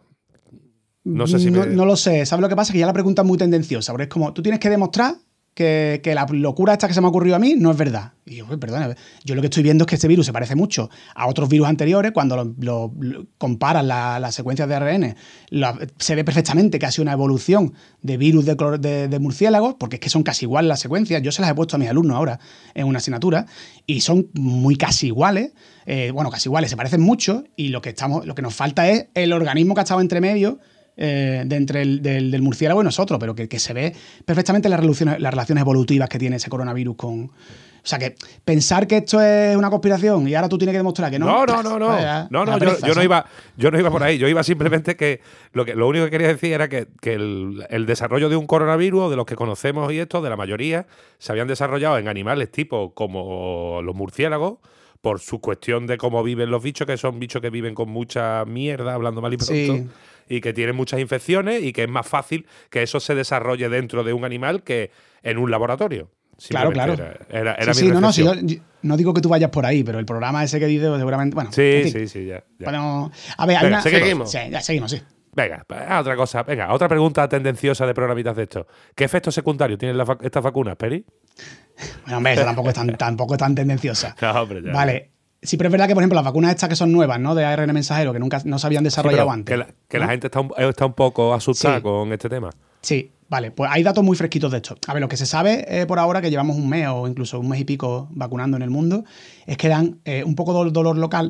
No sé si no, me- no lo sé. ¿Sabes lo que pasa? Que ya la pregunta es muy tendenciosa. Porque es como, tú tienes que demostrar que, que la locura esta que se me ha ocurrido a mí no es verdad. Y yo, "Uy, perdona, yo lo que estoy viendo es que este virus se parece mucho a otros virus anteriores. Cuando lo, lo- lo comparas la- las secuencias de A R N, lo- se ve perfectamente que ha sido una evolución de virus de, clor- de, de murciélagos, porque es que son casi iguales las secuencias. Yo se las he puesto a mis alumnos ahora en una asignatura y son muy casi iguales. Eh, bueno, casi iguales, se parecen mucho y lo que, estamos, lo que nos falta es el organismo que ha estado entre medio eh, de entre el del, del murciélago y nosotros, pero que, que se ve perfectamente las relaciones, las relaciones evolutivas que tiene ese coronavirus con... O sea, que pensar que esto es una conspiración y ahora tú tienes que demostrar que no... No, no, no, no. Vaya, No, no, una yo, pereza, yo no ¿sabes? iba, yo no iba por ahí. Yo iba simplemente que lo que lo único que quería decir era que, que el, el desarrollo de un coronavirus, o de los que conocemos y esto, de la mayoría, se habían desarrollado en animales tipo como los murciélagos, por su cuestión de cómo viven los bichos, que son bichos que viven con mucha mierda, hablando mal y pronto, Sí. y que tienen muchas infecciones, y que es más fácil que eso se desarrolle dentro de un animal que en un laboratorio. Claro, Simplemente claro. Era, era, era Sí, mi sí, no, no, si reflexión. yo, yo no digo que tú vayas por ahí, pero el programa ese que dice seguramente... Bueno, Sí, en fin, sí, sí, ya. ya. podemos- a ver, hay Venga, una... seguimos. Sí, ya seguimos, sí. Venga, a otra cosa. Venga, otra pregunta tendenciosa de programitas de esto. ¿Qué efectos secundarios tienen las vac- estas vacunas, Peri? Bueno, hombre, eso tampoco es tan, tampoco es tan tendenciosa. No, hombre, ya. Vale. Sí, pero es verdad que, por ejemplo, las vacunas estas que son nuevas, ¿no? De A R N mensajero, que nunca no se habían Sí, desarrollado pero antes. Que la, que ¿no? la gente está un, está un poco asustada Sí. con este tema. Sí, vale. Pues hay datos muy fresquitos de esto. A ver, lo que se sabe eh, por ahora, que llevamos un mes o incluso un mes y pico vacunando en el mundo, es que dan eh, un poco de dolor local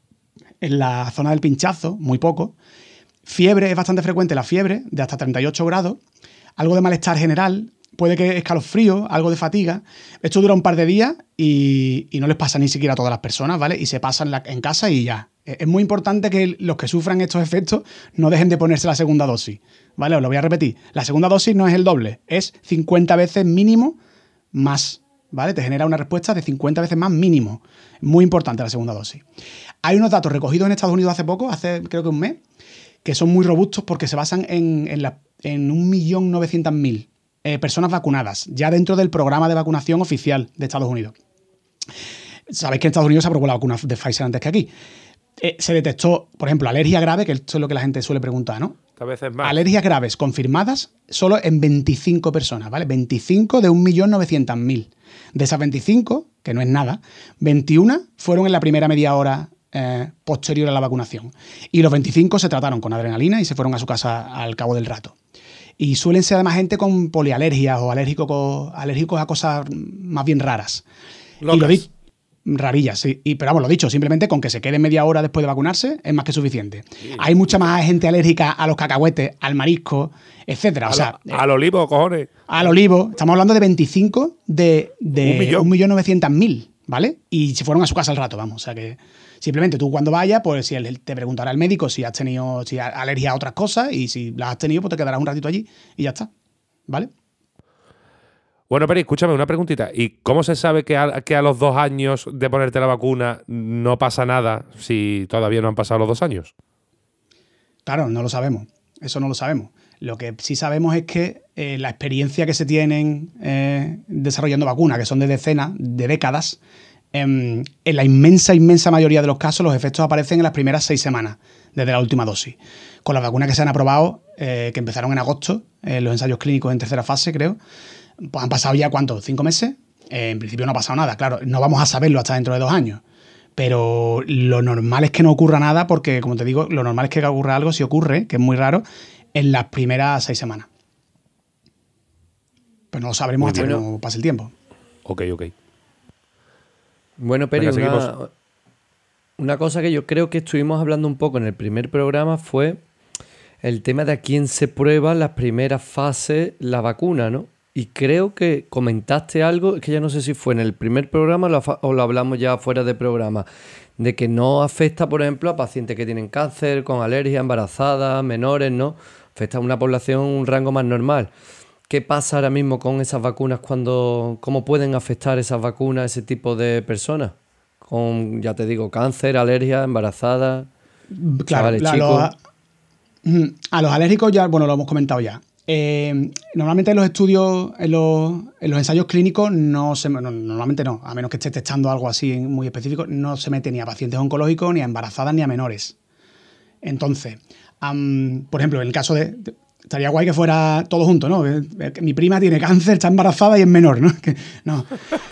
en la zona del pinchazo, muy poco. Fiebre, es bastante frecuente la fiebre, de hasta treinta y ocho grados. Algo de malestar general, puede que escalofrío, algo de fatiga. Esto dura un par de días y, y no les pasa ni siquiera a todas las personas, ¿vale? Y se pasan la- en casa y ya. Es es muy importante que los que sufran estos efectos no dejen de ponerse la segunda dosis, ¿vale? Os lo voy a repetir. La segunda dosis no es el doble, es cincuenta veces mínimo más ¿vale? Te genera una respuesta de cincuenta veces más mínimo. Muy importante la segunda dosis. Hay unos datos recogidos en Estados Unidos hace poco, hace creo que un mes, que son muy robustos porque se basan en, en, la, en un millón novecientas mil eh, personas vacunadas, ya dentro del programa de vacunación oficial de Estados Unidos. Sabéis que en Estados Unidos se aprobó la vacuna de Pfizer antes que aquí. Eh, se detectó, por ejemplo, alergia grave, que esto es lo que la gente suele preguntar, ¿no? A veces más. Alergias graves confirmadas solo en veinticinco personas, ¿vale? veinticinco de un millón novecientas mil. De esas veinticinco, que no es nada, veintiuna fueron en la primera media hora eh, posterior a la vacunación. Y los veinticinco se trataron con adrenalina y se fueron a su casa al cabo del rato. Y suelen ser además gente con polialergias o alérgicos, alérgicos a cosas más bien raras. Locas. Y lo di- Rarillas, sí. Y, pero vamos, lo dicho, simplemente con que se quede media hora después de vacunarse es más que suficiente. Sí. Hay mucha más gente alérgica a los cacahuetes, al marisco, etcétera. O sea, al olivo, cojones. Al olivo. Estamos hablando de veinticinco de, de un millón novecientos mil, ¿vale? Y se fueron a su casa al rato, vamos. O sea que simplemente tú cuando vayas, pues si él te preguntará el médico si has tenido si has alergia a otras cosas y si las has tenido, pues te quedarás un ratito allí y ya está, ¿vale? Bueno, Peri, escúchame una preguntita. ¿Y cómo se sabe que a, que a los dos años de ponerte la vacuna no pasa nada si todavía no han pasado los dos años? Claro, no lo sabemos. Eso no lo sabemos. Lo que sí sabemos es que eh, la experiencia que se tienen eh, desarrollando vacunas, que son de decenas, de décadas, eh, en la inmensa, inmensa mayoría de los casos los efectos aparecen en las primeras seis semanas desde la última dosis. Con las vacunas que se han aprobado, eh, que empezaron en agosto, eh, los ensayos clínicos en tercera fase, creo, pues han pasado ya, ¿cuánto? ¿Cinco meses? Eh, en principio no ha pasado nada, claro. No vamos a saberlo hasta dentro de dos años. Pero lo normal es que no ocurra nada porque, como te digo, lo normal es que ocurra algo, si ocurre, que es muy raro, en las primeras seis semanas. Pero no lo sabremos muy hasta bueno. que no pase el tiempo. Ok, ok. Bueno, Peri, una, una cosa que yo creo que estuvimos hablando un poco en el primer programa fue el tema de a quién se prueba las primeras fases la vacuna, ¿no? Y creo que comentaste algo, es que ya no sé si fue en el primer programa o lo hablamos ya fuera de programa, de que no afecta, por ejemplo, a pacientes que tienen cáncer, con alergia, embarazadas, menores, ¿no? Afecta a una población, un rango más normal. ¿Qué pasa ahora mismo con esas vacunas? Cuando, ¿Cómo pueden afectar esas vacunas a ese tipo de personas? Con, ya te digo, cáncer, alergia, embarazadas, claro, chavales la, chicos. Los, a los alérgicos ya, bueno, lo hemos comentado ya. Eh, normalmente en los estudios, en los, en los ensayos clínicos, no se, no, normalmente no, a menos que esté testando algo así muy específico, no se mete ni a pacientes oncológicos, ni a embarazadas, ni a menores. Entonces, um, por ejemplo, en el caso de, de... Estaría guay que fuera todo junto, ¿no? Que, que mi prima tiene cáncer, está embarazada y es menor, ¿no? Que, no.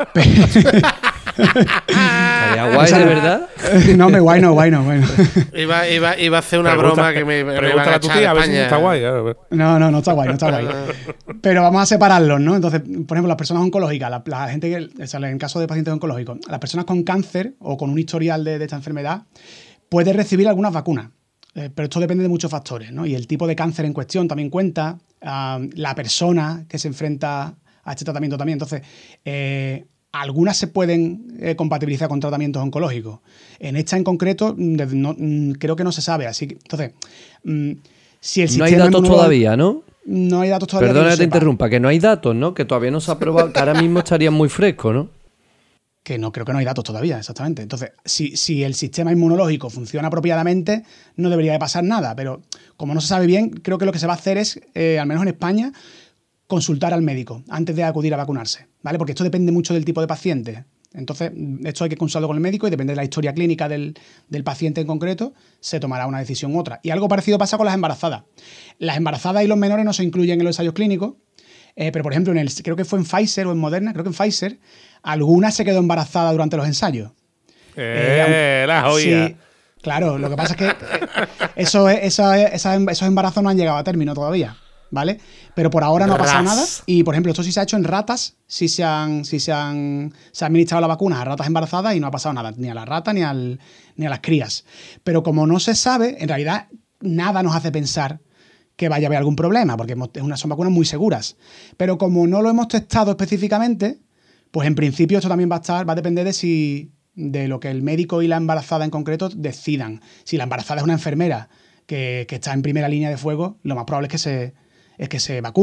Estaría guay, ¿de verdad? No, me guay no, guay no, guay no. Iba, iba, iba a hacer una pregunta, broma que me, me pregunta a tu tía a ver si está guay. No, no, no está guay, no está guay. Pero vamos a separarlos, ¿no? Entonces, por ejemplo, las personas oncológicas, la, la gente que, o sea, en caso de pacientes oncológicos, las personas con cáncer o con un historial de, de esta enfermedad pueden recibir algunas vacunas. Eh, pero esto depende de muchos factores, ¿no? Y el tipo de cáncer en cuestión también cuenta, uh, la persona que se enfrenta a este tratamiento también. Entonces, eh, algunas se pueden eh, compatibilizar con tratamientos oncológicos. En esta en concreto, no, creo que no se sabe. Así que, entonces, mm, si el no sistema hay datos inmunológico, todavía, ¿no? No hay datos todavía. Perdona que que te interrumpa, que no hay datos, ¿no? Que todavía no se ha probado, que ahora mismo estarían muy frescos, ¿no? Que no, creo que no hay datos todavía, exactamente. Entonces, si, si el sistema inmunológico funciona apropiadamente, no debería de pasar nada. Pero como no se sabe bien, creo que lo que se va a hacer es, eh, al menos en España, consultar al médico antes de acudir a vacunarse, ¿vale? Porque esto depende mucho del tipo de paciente. Entonces, esto hay que consultarlo con el médico y depende de la historia clínica del, del paciente en concreto, se tomará una decisión u otra. Y algo parecido pasa con las embarazadas. Las embarazadas y los menores no se incluyen en los ensayos clínicos, eh, pero por ejemplo, en el, creo que fue en Pfizer o en Moderna, creo que en Pfizer, alguna se quedó embarazada durante los ensayos. Eh, eh la joya. Sí, claro, lo que pasa es que eso, eso, eso, esos embarazos no han llegado a término todavía, ¿vale? Pero por ahora no ha pasado nada. Y, por ejemplo, esto sí se ha hecho en ratas, sí se han, sí se han, se ha administrado la vacuna a ratas embarazadas y no ha pasado nada, ni a la rata ni, al, ni a las crías. Pero como no se sabe, en realidad nada nos hace pensar que vaya a haber algún problema, porque es una, son vacunas muy seguras. Pero como no lo hemos testado específicamente, pues en principio esto también va a estar, va a depender de si de lo que el médico y la embarazada en concreto decidan. Si la embarazada es una enfermera que, que está en primera línea de fuego, lo más probable es que se, es que se vacune.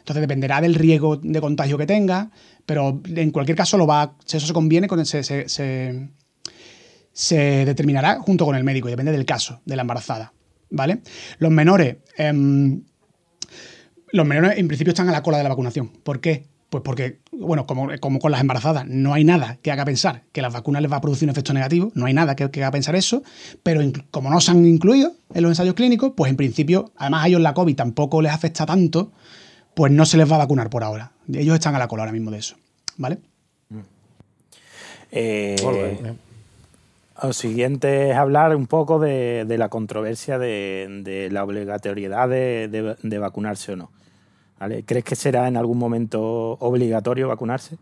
Entonces dependerá del riesgo de contagio que tenga, pero en cualquier caso lo va, eso se conviene, con se, se, se, se determinará junto con el médico, y depende del caso de la embarazada, ¿vale? Los menores, eh, los menores en principio están a la cola de la vacunación. ¿Por qué? Pues porque, bueno, como, como con las embarazadas, no hay nada que haga pensar que las vacunas les va a producir un efecto negativo, no hay nada que, que haga pensar eso, pero como no se han incluido en los ensayos clínicos, pues en principio, además a ellos la COVID tampoco les afecta tanto, pues no se les va a vacunar por ahora. Ellos están a la cola ahora mismo de eso, ¿vale? Eh, lo siguiente es hablar un poco de, de la controversia de, de la obligatoriedad de, de, de vacunarse o no. ¿Vale? ¿Crees que será en algún momento obligatorio vacunarse?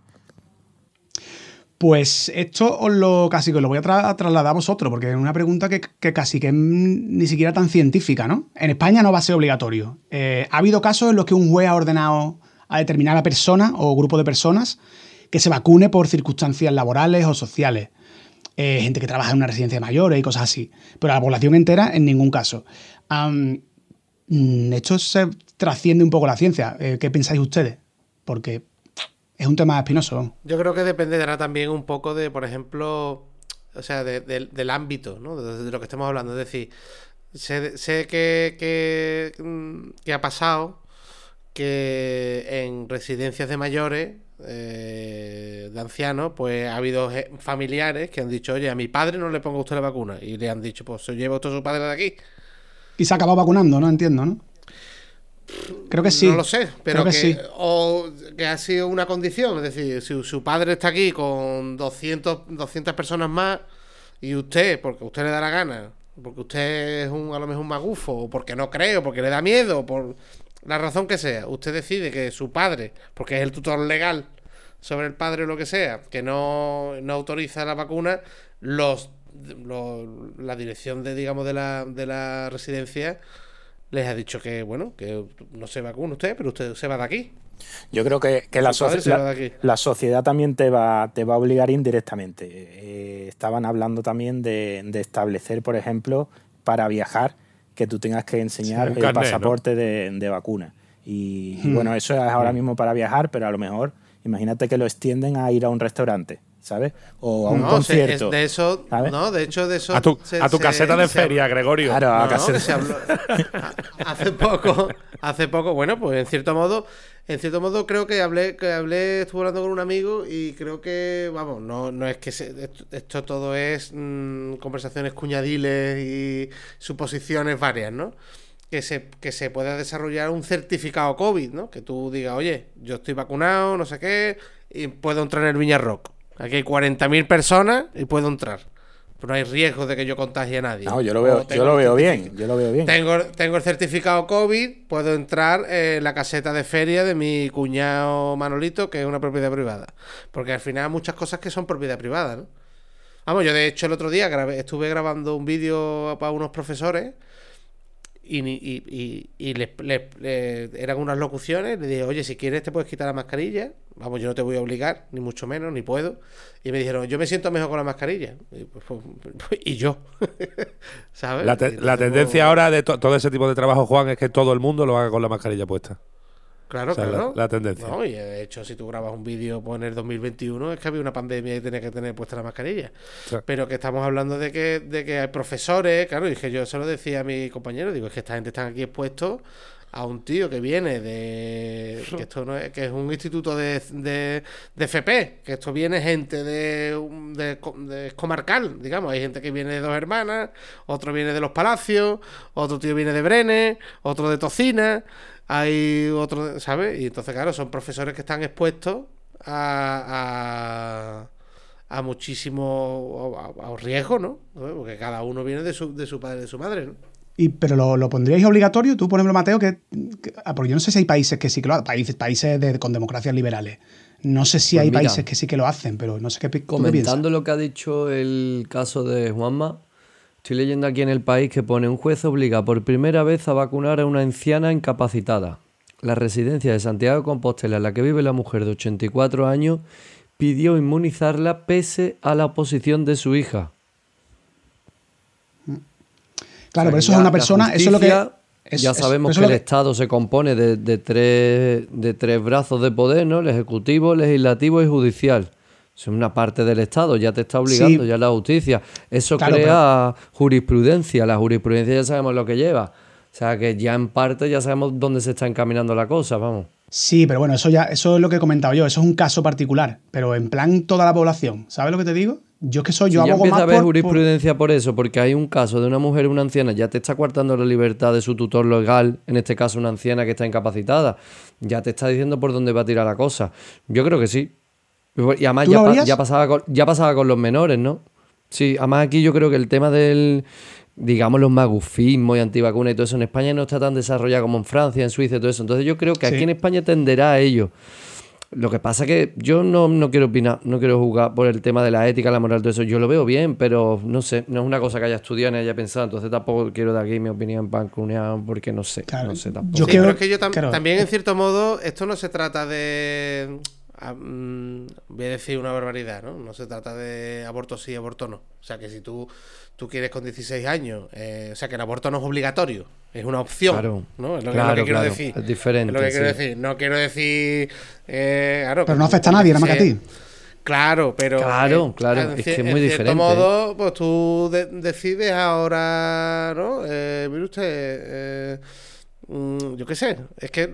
Pues esto os lo casi que os lo voy a tra trasladar a vosotros, porque es una pregunta que, que casi que ni siquiera tan científica, ¿no? En España no va a ser obligatorio. Eh, ha habido casos en los que un juez ha ordenado a determinada persona o grupo de personas que se vacune por circunstancias laborales o sociales. Eh, gente que trabaja en una residencia de mayores y cosas así. Pero a la población entera, en ningún caso. Um, esto se trasciende un poco la ciencia. Eh, ¿Qué pensáis ustedes? Porque es un tema espinoso. Yo creo que dependerá también un poco de, por ejemplo, o sea, de, de, del ámbito, ¿no? De, de lo que estemos hablando. Es decir, sé, sé que, que, que ha pasado que en residencias de mayores, eh, de ancianos, pues ha habido familiares que han dicho, oye, a mi padre no le ponga usted la vacuna. Y le han dicho, pues se lleva usted a su padre de aquí. Y se ha acabado vacunando, no entiendo, ¿no? Creo que sí. No lo sé, pero que, que, sí. o que ha sido una condición. Es decir, si su padre está aquí con doscientas personas más y usted, porque usted le da la gana, porque usted es un, a lo mejor un magufo, o porque no cree, o porque le da miedo, o por la razón que sea, usted decide que su padre, porque es el tutor legal sobre el padre o lo que sea, que no, no autoriza la vacuna, los, los la dirección de, digamos, de la, de la residencia les ha dicho que, bueno, que no se vacuna usted, pero usted se va de aquí. Yo creo que, que la, so la, la sociedad también te va, te va a obligar indirectamente. Eh, estaban hablando también de, de establecer, por ejemplo, para viajar, que tú tengas que enseñar sí, el carnet, pasaporte, ¿no?, de, de vacuna. Y, hmm. y bueno, eso es ahora mismo para viajar, pero a lo mejor, imagínate que lo extienden a ir a un restaurante, ¿sabes? O a un no, concierto. Se, de eso, ¿sabes? No, de hecho, de eso. A tu, se, a tu se, caseta de se, feria, Gregorio. Claro, a no, caseta. Se habló, hace poco, hace poco, bueno, pues en cierto modo, en cierto modo creo que hablé, que hablé, estuve hablando con un amigo y creo que, vamos, no, no es que se, esto, esto todo es mmm, conversaciones cuñadiles y suposiciones varias, ¿no? Que se, que se pueda desarrollar un certificado COVID, ¿no? Que tú digas, oye, yo estoy vacunado, no sé qué, y puedo entrar en el Viña Rock. Aquí hay cuarenta mil personas y puedo entrar. Pero no hay riesgo de que yo contagie a nadie. No, yo lo veo, yo lo veo bien, yo lo veo bien. Tengo, tengo el certificado COVID, puedo entrar en la caseta de feria de mi cuñado Manolito, que es una propiedad privada. Porque al final hay muchas cosas que son propiedad privada, ¿no? Vamos, yo de hecho el otro día grabé, estuve grabando un vídeo para unos profesores y, y, y, y les, les, les, eran unas locuciones. Le dije, oye, si quieres te puedes quitar la mascarilla. Vamos, yo no te voy a obligar, ni mucho menos, ni puedo. Y me dijeron, yo me siento mejor con la mascarilla. Y, pues, pues, y yo, ¿sabes? La, te, la tendencia pues, ahora de to, todo ese tipo de trabajo, Juan, es que todo el mundo lo haga con la mascarilla puesta. Claro, o sea, claro. La, la tendencia. No, y de hecho, si tú grabas un vídeo pues, en el dos mil veintiuno, es que había una pandemia y tenías que tener puesta la mascarilla. Sí. Pero que estamos hablando de que, de que hay profesores, claro, y que yo se lo decía a mi compañero, digo, es que esta gente está aquí expuestos a un tío que viene de que esto no es, que es un instituto de, de, de F P, que esto viene gente de, de, de comarcal, digamos, hay gente que viene de Dos Hermanas, otro viene de Los Palacios, otro tío viene de Brenes, otro de Tocina, hay otro, ¿sabes? Y entonces, claro, son profesores que están expuestos a, a, a muchísimo a, a riesgo, ¿no? Porque cada uno viene de su, de su padre y de su madre, ¿no? Y, pero lo, lo pondríais obligatorio, tú, por ejemplo, Mateo, que, que porque yo no sé si hay países que sí que lo hacen, países, países de, con democracias liberales. No sé si pues hay mira, países que sí que lo hacen, pero no sé qué. Comentando lo que ha dicho el caso de Juanma, estoy leyendo aquí en El País que pone: un juez obliga por primera vez a vacunar a una anciana incapacitada. La residencia de Santiago de Compostela, en la que vive la mujer de ochenta y cuatro años, pidió inmunizarla pese a la oposición de su hija. Claro, o sea, pero eso es una persona, eso es lo que Es, ya sabemos es, que el que... Estado se compone de, de, tres, de tres brazos de poder, ¿no? El ejecutivo, el legislativo y judicial. Es una parte del Estado, ya te está obligando, sí. ya la justicia. Eso claro, crea pero... jurisprudencia. La jurisprudencia ya sabemos lo que lleva. O sea que ya en parte ya sabemos dónde se está encaminando la cosa, vamos. Sí, pero bueno, eso ya eso es lo que he comentado yo. Eso es un caso particular. Pero en plan toda la población. ¿Sabes lo que te digo? Yo es que soy yo sí, abogo ya empieza más a haber por, jurisprudencia por... por eso, porque hay un caso de una mujer, una anciana, ya te está coartando la libertad de su tutor legal, en este caso una anciana que está incapacitada. Ya te está diciendo por dónde va a tirar la cosa. Yo creo que sí. Y además ya, pa- ya, pasaba con, ya pasaba con los menores, ¿no? Sí, además aquí yo creo que el tema del, digamos, los magufismos y antivacunas y todo eso en España no está tan desarrollado como en Francia, en Suiza y todo eso. Entonces yo creo que aquí sí. en España tenderá a ello. Lo que pasa es que yo no, no quiero opinar, no quiero jugar por el tema de la ética, la moral, todo eso. Yo lo veo bien, pero no sé, no es una cosa que haya estudiado ni haya pensado. Entonces tampoco quiero dar aquí mi opinión pancuneada porque no sé, claro. no sé tampoco. Yo sí, quiero, pero es que yo tam- claro. también, en cierto modo, esto no se trata de... Um, voy a decir una barbaridad, ¿no? No se trata de aborto sí, aborto no. O sea, que si tú, tú quieres con dieciséis años, eh, o sea, que el aborto no es obligatorio, es una opción, claro, ¿no? Es lo, claro, es lo que quiero claro. decir. Es diferente. Es lo que sí. quiero decir. No quiero decir... Eh, claro, pero no afecta a nadie, nada más que a ti. Claro, pero... Claro, eh, claro, en, es que es muy en diferente. En cierto modo, pues tú de- decides ahora, ¿no? Eh, mire usted, eh, mm, yo qué sé, es que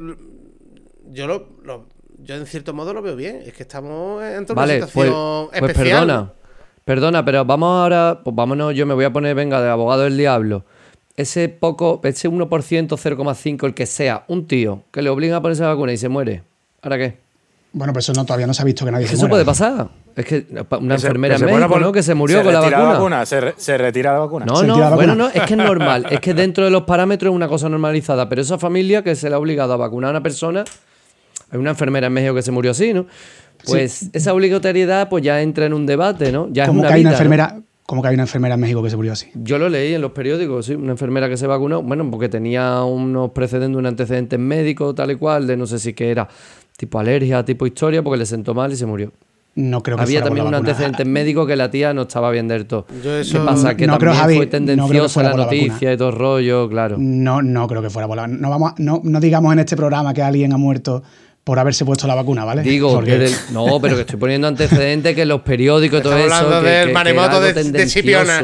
yo lo... lo Yo en cierto modo lo veo bien. Es que estamos en una vale, situación pues, pues especial. Perdona, perdona, pero vamos ahora, pues vámonos, yo me voy a poner, venga, de abogado del diablo. Ese poco, ese uno por ciento, cero coma cinco, el que sea, un tío que le obliga a ponerse la vacuna y se muere. ¿Ahora qué? Bueno, pues eso no, todavía no se ha visto que nadie es se que muera. Eso puede pasar. Es que una que enfermera se, en que México, por, ¿no? Que se murió se con la vacuna. La vacuna. Se, re, se retira la vacuna. No, se no, la bueno, vacuna. no, es que es normal. Es que dentro de los parámetros es una cosa normalizada. Pero esa familia que se le ha obligado a vacunar a una persona... Hay una enfermera en México que se murió así, ¿no? Pues sí. Esa obligatoriedad pues ya entra en un debate, ¿no? Ya ¿Cómo es una que hay vida, una enfermera, ¿no? ¿Cómo que hay una enfermera en México que se murió así? Yo lo leí en los periódicos, sí, una enfermera que se vacunó, bueno, porque tenía unos precedentes, un antecedentes médicos, tal y cual, de no sé si que era tipo alergia, tipo historia, porque le sentó mal y se murió. No creo que Había fuera también un antecedente médico que la tía no estaba bien del todo. Eso... ¿Qué pasa? Que no también creo, Javi, fue tendenciosa no la noticia la y todo el rollo, claro. No, no creo que fuera por la... No, vamos, no, no digamos en este programa que alguien ha muerto por haberse puesto la vacuna, ¿vale? Digo, Porque... que del, no, pero que estoy poniendo antecedentes que los periódicos y todo Estamos eso... hablando que, del que, maremoto que de, de Chipiona.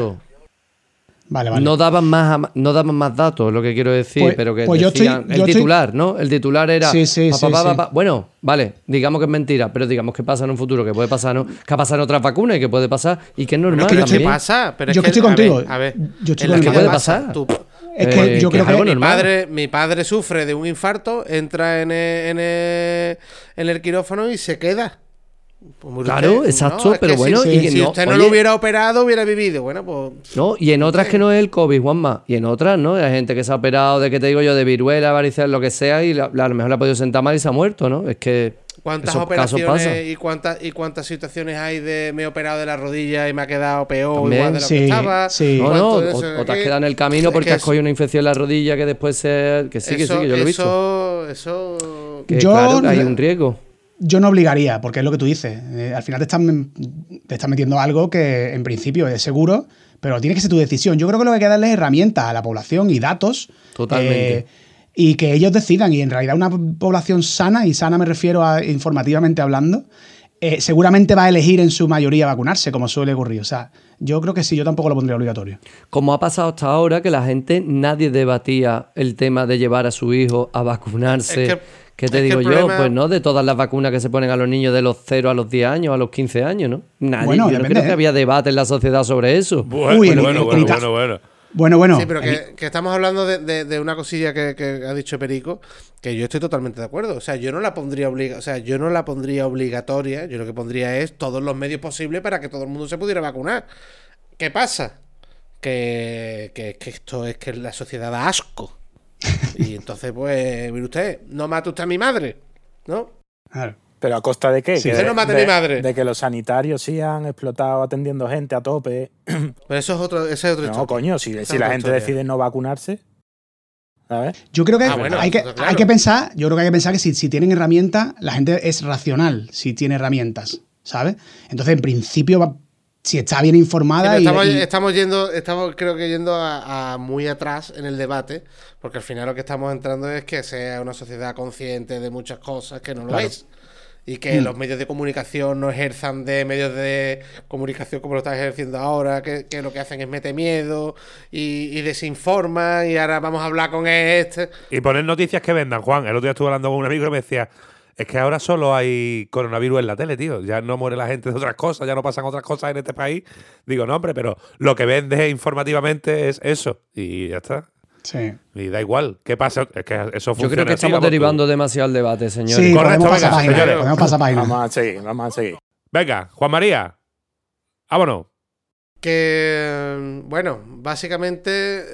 Vale, vale. No daban más, no daban más datos, lo que quiero decir, pues, pero que pues decían... Estoy, el titular, estoy... ¿no? El titular era... Sí, sí, pa, sí, pa, pa, sí. Pa, pa. Bueno, vale, digamos que es mentira, pero digamos que pasa en un futuro, que puede pasar, ¿no? Que ha pasado en otras vacunas y que puede pasar y que es normal pero es que también. pasa, pero es yo que, estoy contigo. A ver, a ver yo estoy en con que puede pasar. Tú, es que eh, yo que creo es algo que mi normal. padre, mi padre sufre de un infarto, entra en el, en el, en el quirófano y se queda. Pues claro, usted, exacto, no, pero que bueno... Si, y que si no, usted no oye, lo hubiera operado, hubiera vivido. Bueno, pues... No, y en otras que no es el COVID, Juanma. Y en otras, ¿no? Hay gente que se ha operado de, que te digo yo, de viruela, varicela, lo que sea, y la, la, a lo mejor le ha podido sentar mal y se ha muerto, ¿no? Es que... ¿Cuántas operaciones y cuántas y cuántas situaciones hay de me he operado de la rodilla y me ha quedado peor También, igual de lo sí, que estaba? Sí. No, no, o, o te has quedado en el camino porque has cogido una infección en la rodilla que después se... Que sí, eso, que sí, que yo lo he visto. visto. Eso, eso... Que yo, claro, que hay un riesgo. Yo no obligaría, porque es lo que tú dices. Eh, al final te están, te están metiendo algo que en principio es seguro, pero tiene que ser tu decisión. Yo creo que lo que hay que darles herramientas a la población y datos. Totalmente. Eh, y que ellos decidan. Y en realidad una población sana, y sana me refiero a informativamente hablando, eh, seguramente va a elegir en su mayoría vacunarse, como suele ocurrir. O sea, yo creo que sí, yo tampoco lo pondría obligatorio. Como ha pasado hasta ahora, que la gente, nadie debatía el tema de llevar a su hijo a vacunarse. Es que, ¿Qué te digo yo? Problema... Pues no, de todas las vacunas que se ponen a los niños de los cero a los diez años, a los quince años, ¿no? Nadie, bueno, yo no creo que había debate en la sociedad sobre eso. Bueno, Uy, bueno, el, bueno, el, bueno, el, bueno, bueno. Bueno, bueno. Sí, pero que, que estamos hablando de, de, de una cosilla que, que ha dicho Perico, que yo estoy totalmente de acuerdo. O sea, yo no la pondría obliga, o sea, yo no la pondría obligatoria. Yo lo que pondría es todos los medios posibles para que todo el mundo se pudiera vacunar. ¿Qué pasa? Que, que, que esto es que la sociedad da asco. Y entonces, pues, mire usted, no mate usted a mi madre, ¿no? Claro. ¿Pero a costa de qué? Sí, que de, no mate de, a mi madre. De que los sanitarios sí han explotado atendiendo gente a tope. Pero eso es otro, ese es otro No, historia. coño, si, si la gente historia. decide no vacunarse. A ver. Yo creo que, ah, bueno, hay, que claro. hay que pensar, yo creo que hay que pensar que si, si tienen herramientas, la gente es racional si tiene herramientas, ¿sabes? Entonces, en principio, va, si está bien informada. Sí, estamos, y, y... estamos yendo, estamos creo que yendo a, a muy atrás en el debate, porque al final lo que estamos entrando es que sea una sociedad consciente de muchas cosas que no lo Claro. es. Y que Mm. los medios de comunicación no ejerzan de medios de comunicación como lo están ejerciendo ahora, que, que lo que hacen es meter miedo y, y desinforman, y ahora vamos a hablar con este. Y poner noticias que vendan, Juan. El otro día estuve hablando con un amigo que me decía, es que ahora solo hay coronavirus en la tele, tío. Ya no muere la gente de otras cosas, ya no pasan otras cosas en este país. Digo, no, hombre, pero lo que vende informativamente es eso. Y ya está. Sí. Y da igual. ¿Qué pasa? Es que eso funciona. Yo creo que así, estamos vamos, derivando tú. demasiado el debate, señores. Sí, Correcto, podemos pasar venga, página. señores. Podemos pasar página. Vamos a seguir, vamos a seguir. Venga, Juan María. Vámonos. Que, bueno, básicamente,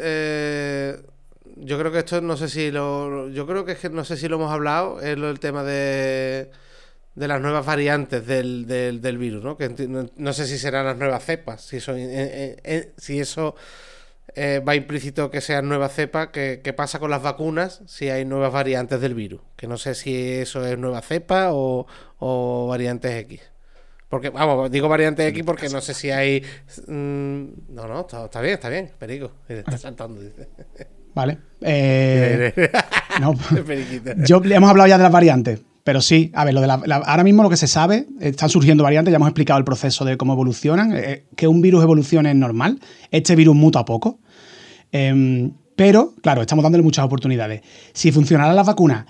eh, yo creo que esto, no sé si lo, yo creo que es que no sé si lo hemos hablado, es lo del tema de, de las nuevas variantes del, del, del virus, ¿no? Que enti- no, no sé si serán las nuevas cepas, si eso, eh, eh, eh, si eso eh, va implícito que sean nuevas cepas, que, que pasa con las vacunas si hay nuevas variantes del virus, que no sé si eso es nueva cepa o, o variantes X. Porque, vamos, digo variante X porque no sé si hay... mmm, no, no, está, está bien, está bien, Perico. Está saltando, dice. Vale. Eh, no, Periquito. yo, hemos hablado ya de las variantes, pero sí, a ver, lo de la, la- ahora mismo lo que se sabe, están surgiendo variantes, ya hemos explicado el proceso de cómo evolucionan. Eh, que un virus evolucione es normal. Este virus muta poco. Eh, pero, claro, estamos dándole muchas oportunidades. Si funcionara la vacuna,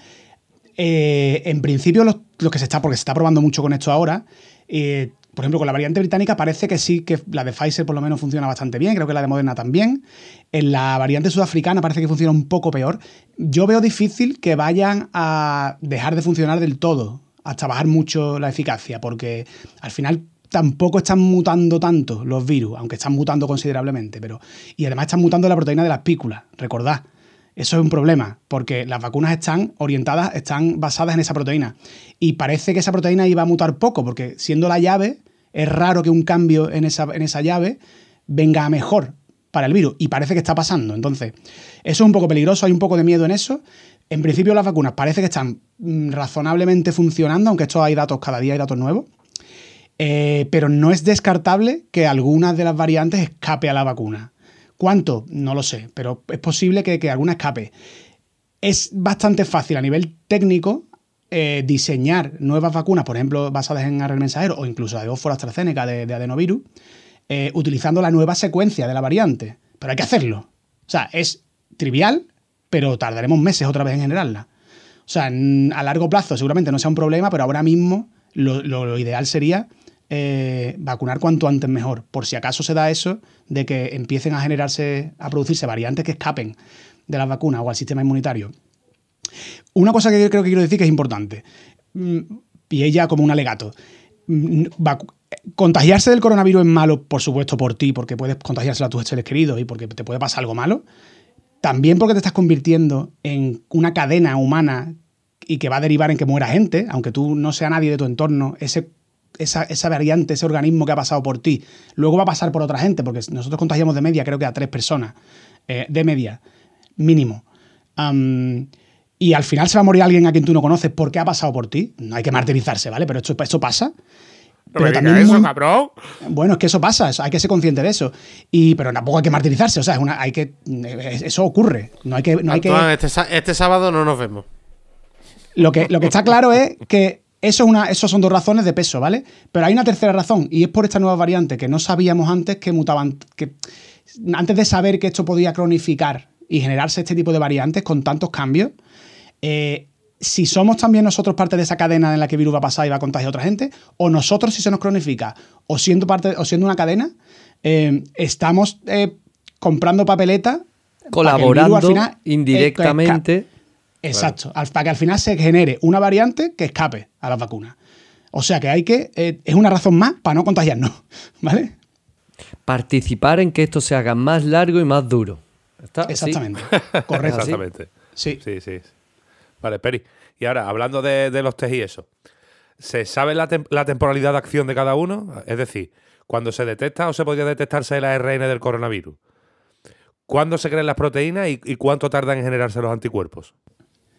eh, en principio lo, lo que se está, porque se está probando mucho con esto ahora, eh, por ejemplo, con la variante británica parece que sí, que la de Pfizer por lo menos funciona bastante bien, creo que la de Moderna también. En la variante sudafricana parece que funciona un poco peor. Yo veo difícil que vayan a dejar de funcionar del todo, hasta bajar mucho la eficacia, porque al final tampoco están mutando tanto los virus, aunque están mutando considerablemente, pero y además están mutando la proteína de las pículas, recordad. Eso es un problema, porque las vacunas están orientadas, están basadas en esa proteína. Y parece que esa proteína iba a mutar poco, porque siendo la llave, es raro que un cambio en esa, en esa llave venga a mejor para el virus. Y parece que está pasando. Entonces, eso es un poco peligroso, hay un poco de miedo en eso. En principio las vacunas parece que están mm, razonablemente funcionando, aunque esto hay datos, cada día hay datos nuevos. Eh, pero no es descartable que algunas de las variantes escape a la vacuna. ¿Cuánto? No lo sé, pero es posible que, que alguna escape. Es bastante fácil a nivel técnico eh, diseñar nuevas vacunas, por ejemplo, basadas en A R N A mensajero o incluso la de Oxford AstraZeneca de, de adenovirus, eh, utilizando la nueva secuencia de la variante. Pero hay que hacerlo. O sea, es trivial, pero tardaremos meses otra vez en generarla. O sea, en- a largo plazo seguramente no sea un problema, pero ahora mismo lo, lo- lo ideal sería eh, vacunar cuanto antes mejor, por si acaso se da eso de que empiecen a generarse, a producirse variantes que escapen de las vacunas o al sistema inmunitario. Una cosa que yo creo que quiero decir que es importante, mm, y ella como un alegato, mm, vacu- contagiarse del coronavirus es malo, por supuesto, por ti, porque puedes contagiárselo a tus seres queridos y porque te puede pasar algo malo, también porque te estás convirtiendo en una cadena humana y que va a derivar en que muera gente, aunque tú no sea nadie de tu entorno, ese, esa, esa variante, ese organismo que ha pasado por ti, luego va a pasar por otra gente, porque nosotros contagiamos de media, creo que a tres personas, eh, de media, mínimo. Am, y al final se va a morir alguien a quien tú no conoces porque ha pasado por ti. No hay que martirizarse, ¿vale? Pero esto, esto pasa. No me digas es eso, muy- cabrón. bueno, es que eso pasa, eso- hay que ser consciente de eso. Y, pero tampoco hay que martirizarse, o sea, es una, hay que, eso ocurre. No hay que, no hay que, Antoine, este, sa- este sábado no nos vemos. lo que, lo que está claro es que eso es una, esos son dos razones de peso, ¿vale? Pero hay una tercera razón, y es por esta nueva variante que no sabíamos antes que mutaban, que antes de saber que esto podía cronificar y generarse este tipo de variantes con tantos cambios, eh, si somos también nosotros parte de esa cadena en la que el virus va a pasar y va a contagiar a otra gente, o nosotros si se nos cronifica, o siendo parte, o siendo una cadena, eh, estamos eh, comprando papeleta Colaborando para que el virus al final, eh, indirectamente. Exacto, al- para que al final se genere una variante que escape a las vacunas. O sea que hay que, eh, es una razón más para no contagiarnos, ¿vale? Participar en que esto se haga más largo y más duro. ¿Está? ¿Sí? Exactamente, correcto. Exactamente. Sí. Sí, sí. Vale, Peri. Y ahora, hablando de, de los test y eso, ¿se sabe la, tem- la temporalidad de acción de cada uno? Es decir, ¿cuándo se detecta o se podría detectarse el A R N del coronavirus? ¿Cuándo se crean las proteínas y, y cuánto tardan en generarse los anticuerpos?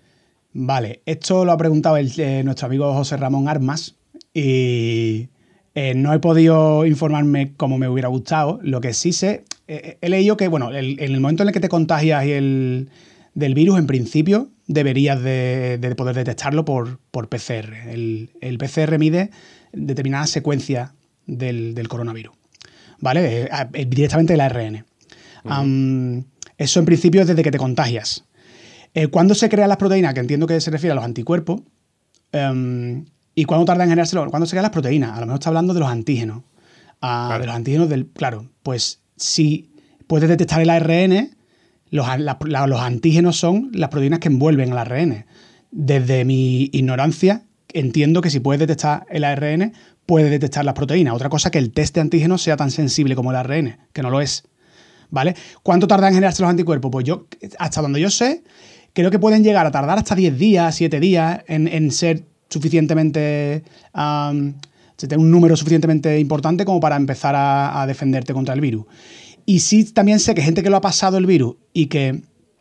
Vale, esto lo ha preguntado el- eh, nuestro amigo José Ramón Armas y Eh, no he podido informarme como me hubiera gustado. Lo que sí sé, eh, he leído que, bueno, el, en el momento en el que te contagias y el, del virus, en principio, deberías de, de poder detectarlo por, por P C R. El, el P C R mide determinadas secuencias del, del coronavirus, ¿vale? Eh, directamente el A R N. Uh-huh. Um, eso, en principio, es desde que te contagias. Eh, ¿Cuándo se crean las proteínas? Que entiendo que se refiere a los anticuerpos. Um, ¿Y cuándo tarda en generárselo? ¿Cuándo se crean las proteínas? A lo mejor está hablando de los antígenos. Uh, claro. De los antígenos del... Claro, pues si puedes detectar el A R N, los, la, la, los antígenos son las proteínas que envuelven al A R N. Desde mi ignorancia, entiendo que si puedes detectar el A R N, puedes detectar las proteínas. Otra cosa que el test de antígenos sea tan sensible como el A R N, que no lo es. ¿Vale? ¿Cuánto tarda en generarse los anticuerpos? Pues yo, hasta donde yo sé, creo que pueden llegar a tardar hasta diez días, siete días en, en ser suficientemente... Um, tener un número suficientemente importante como para empezar a, a defenderte contra el virus. Y sí también sé que gente que lo ha pasado el virus y que...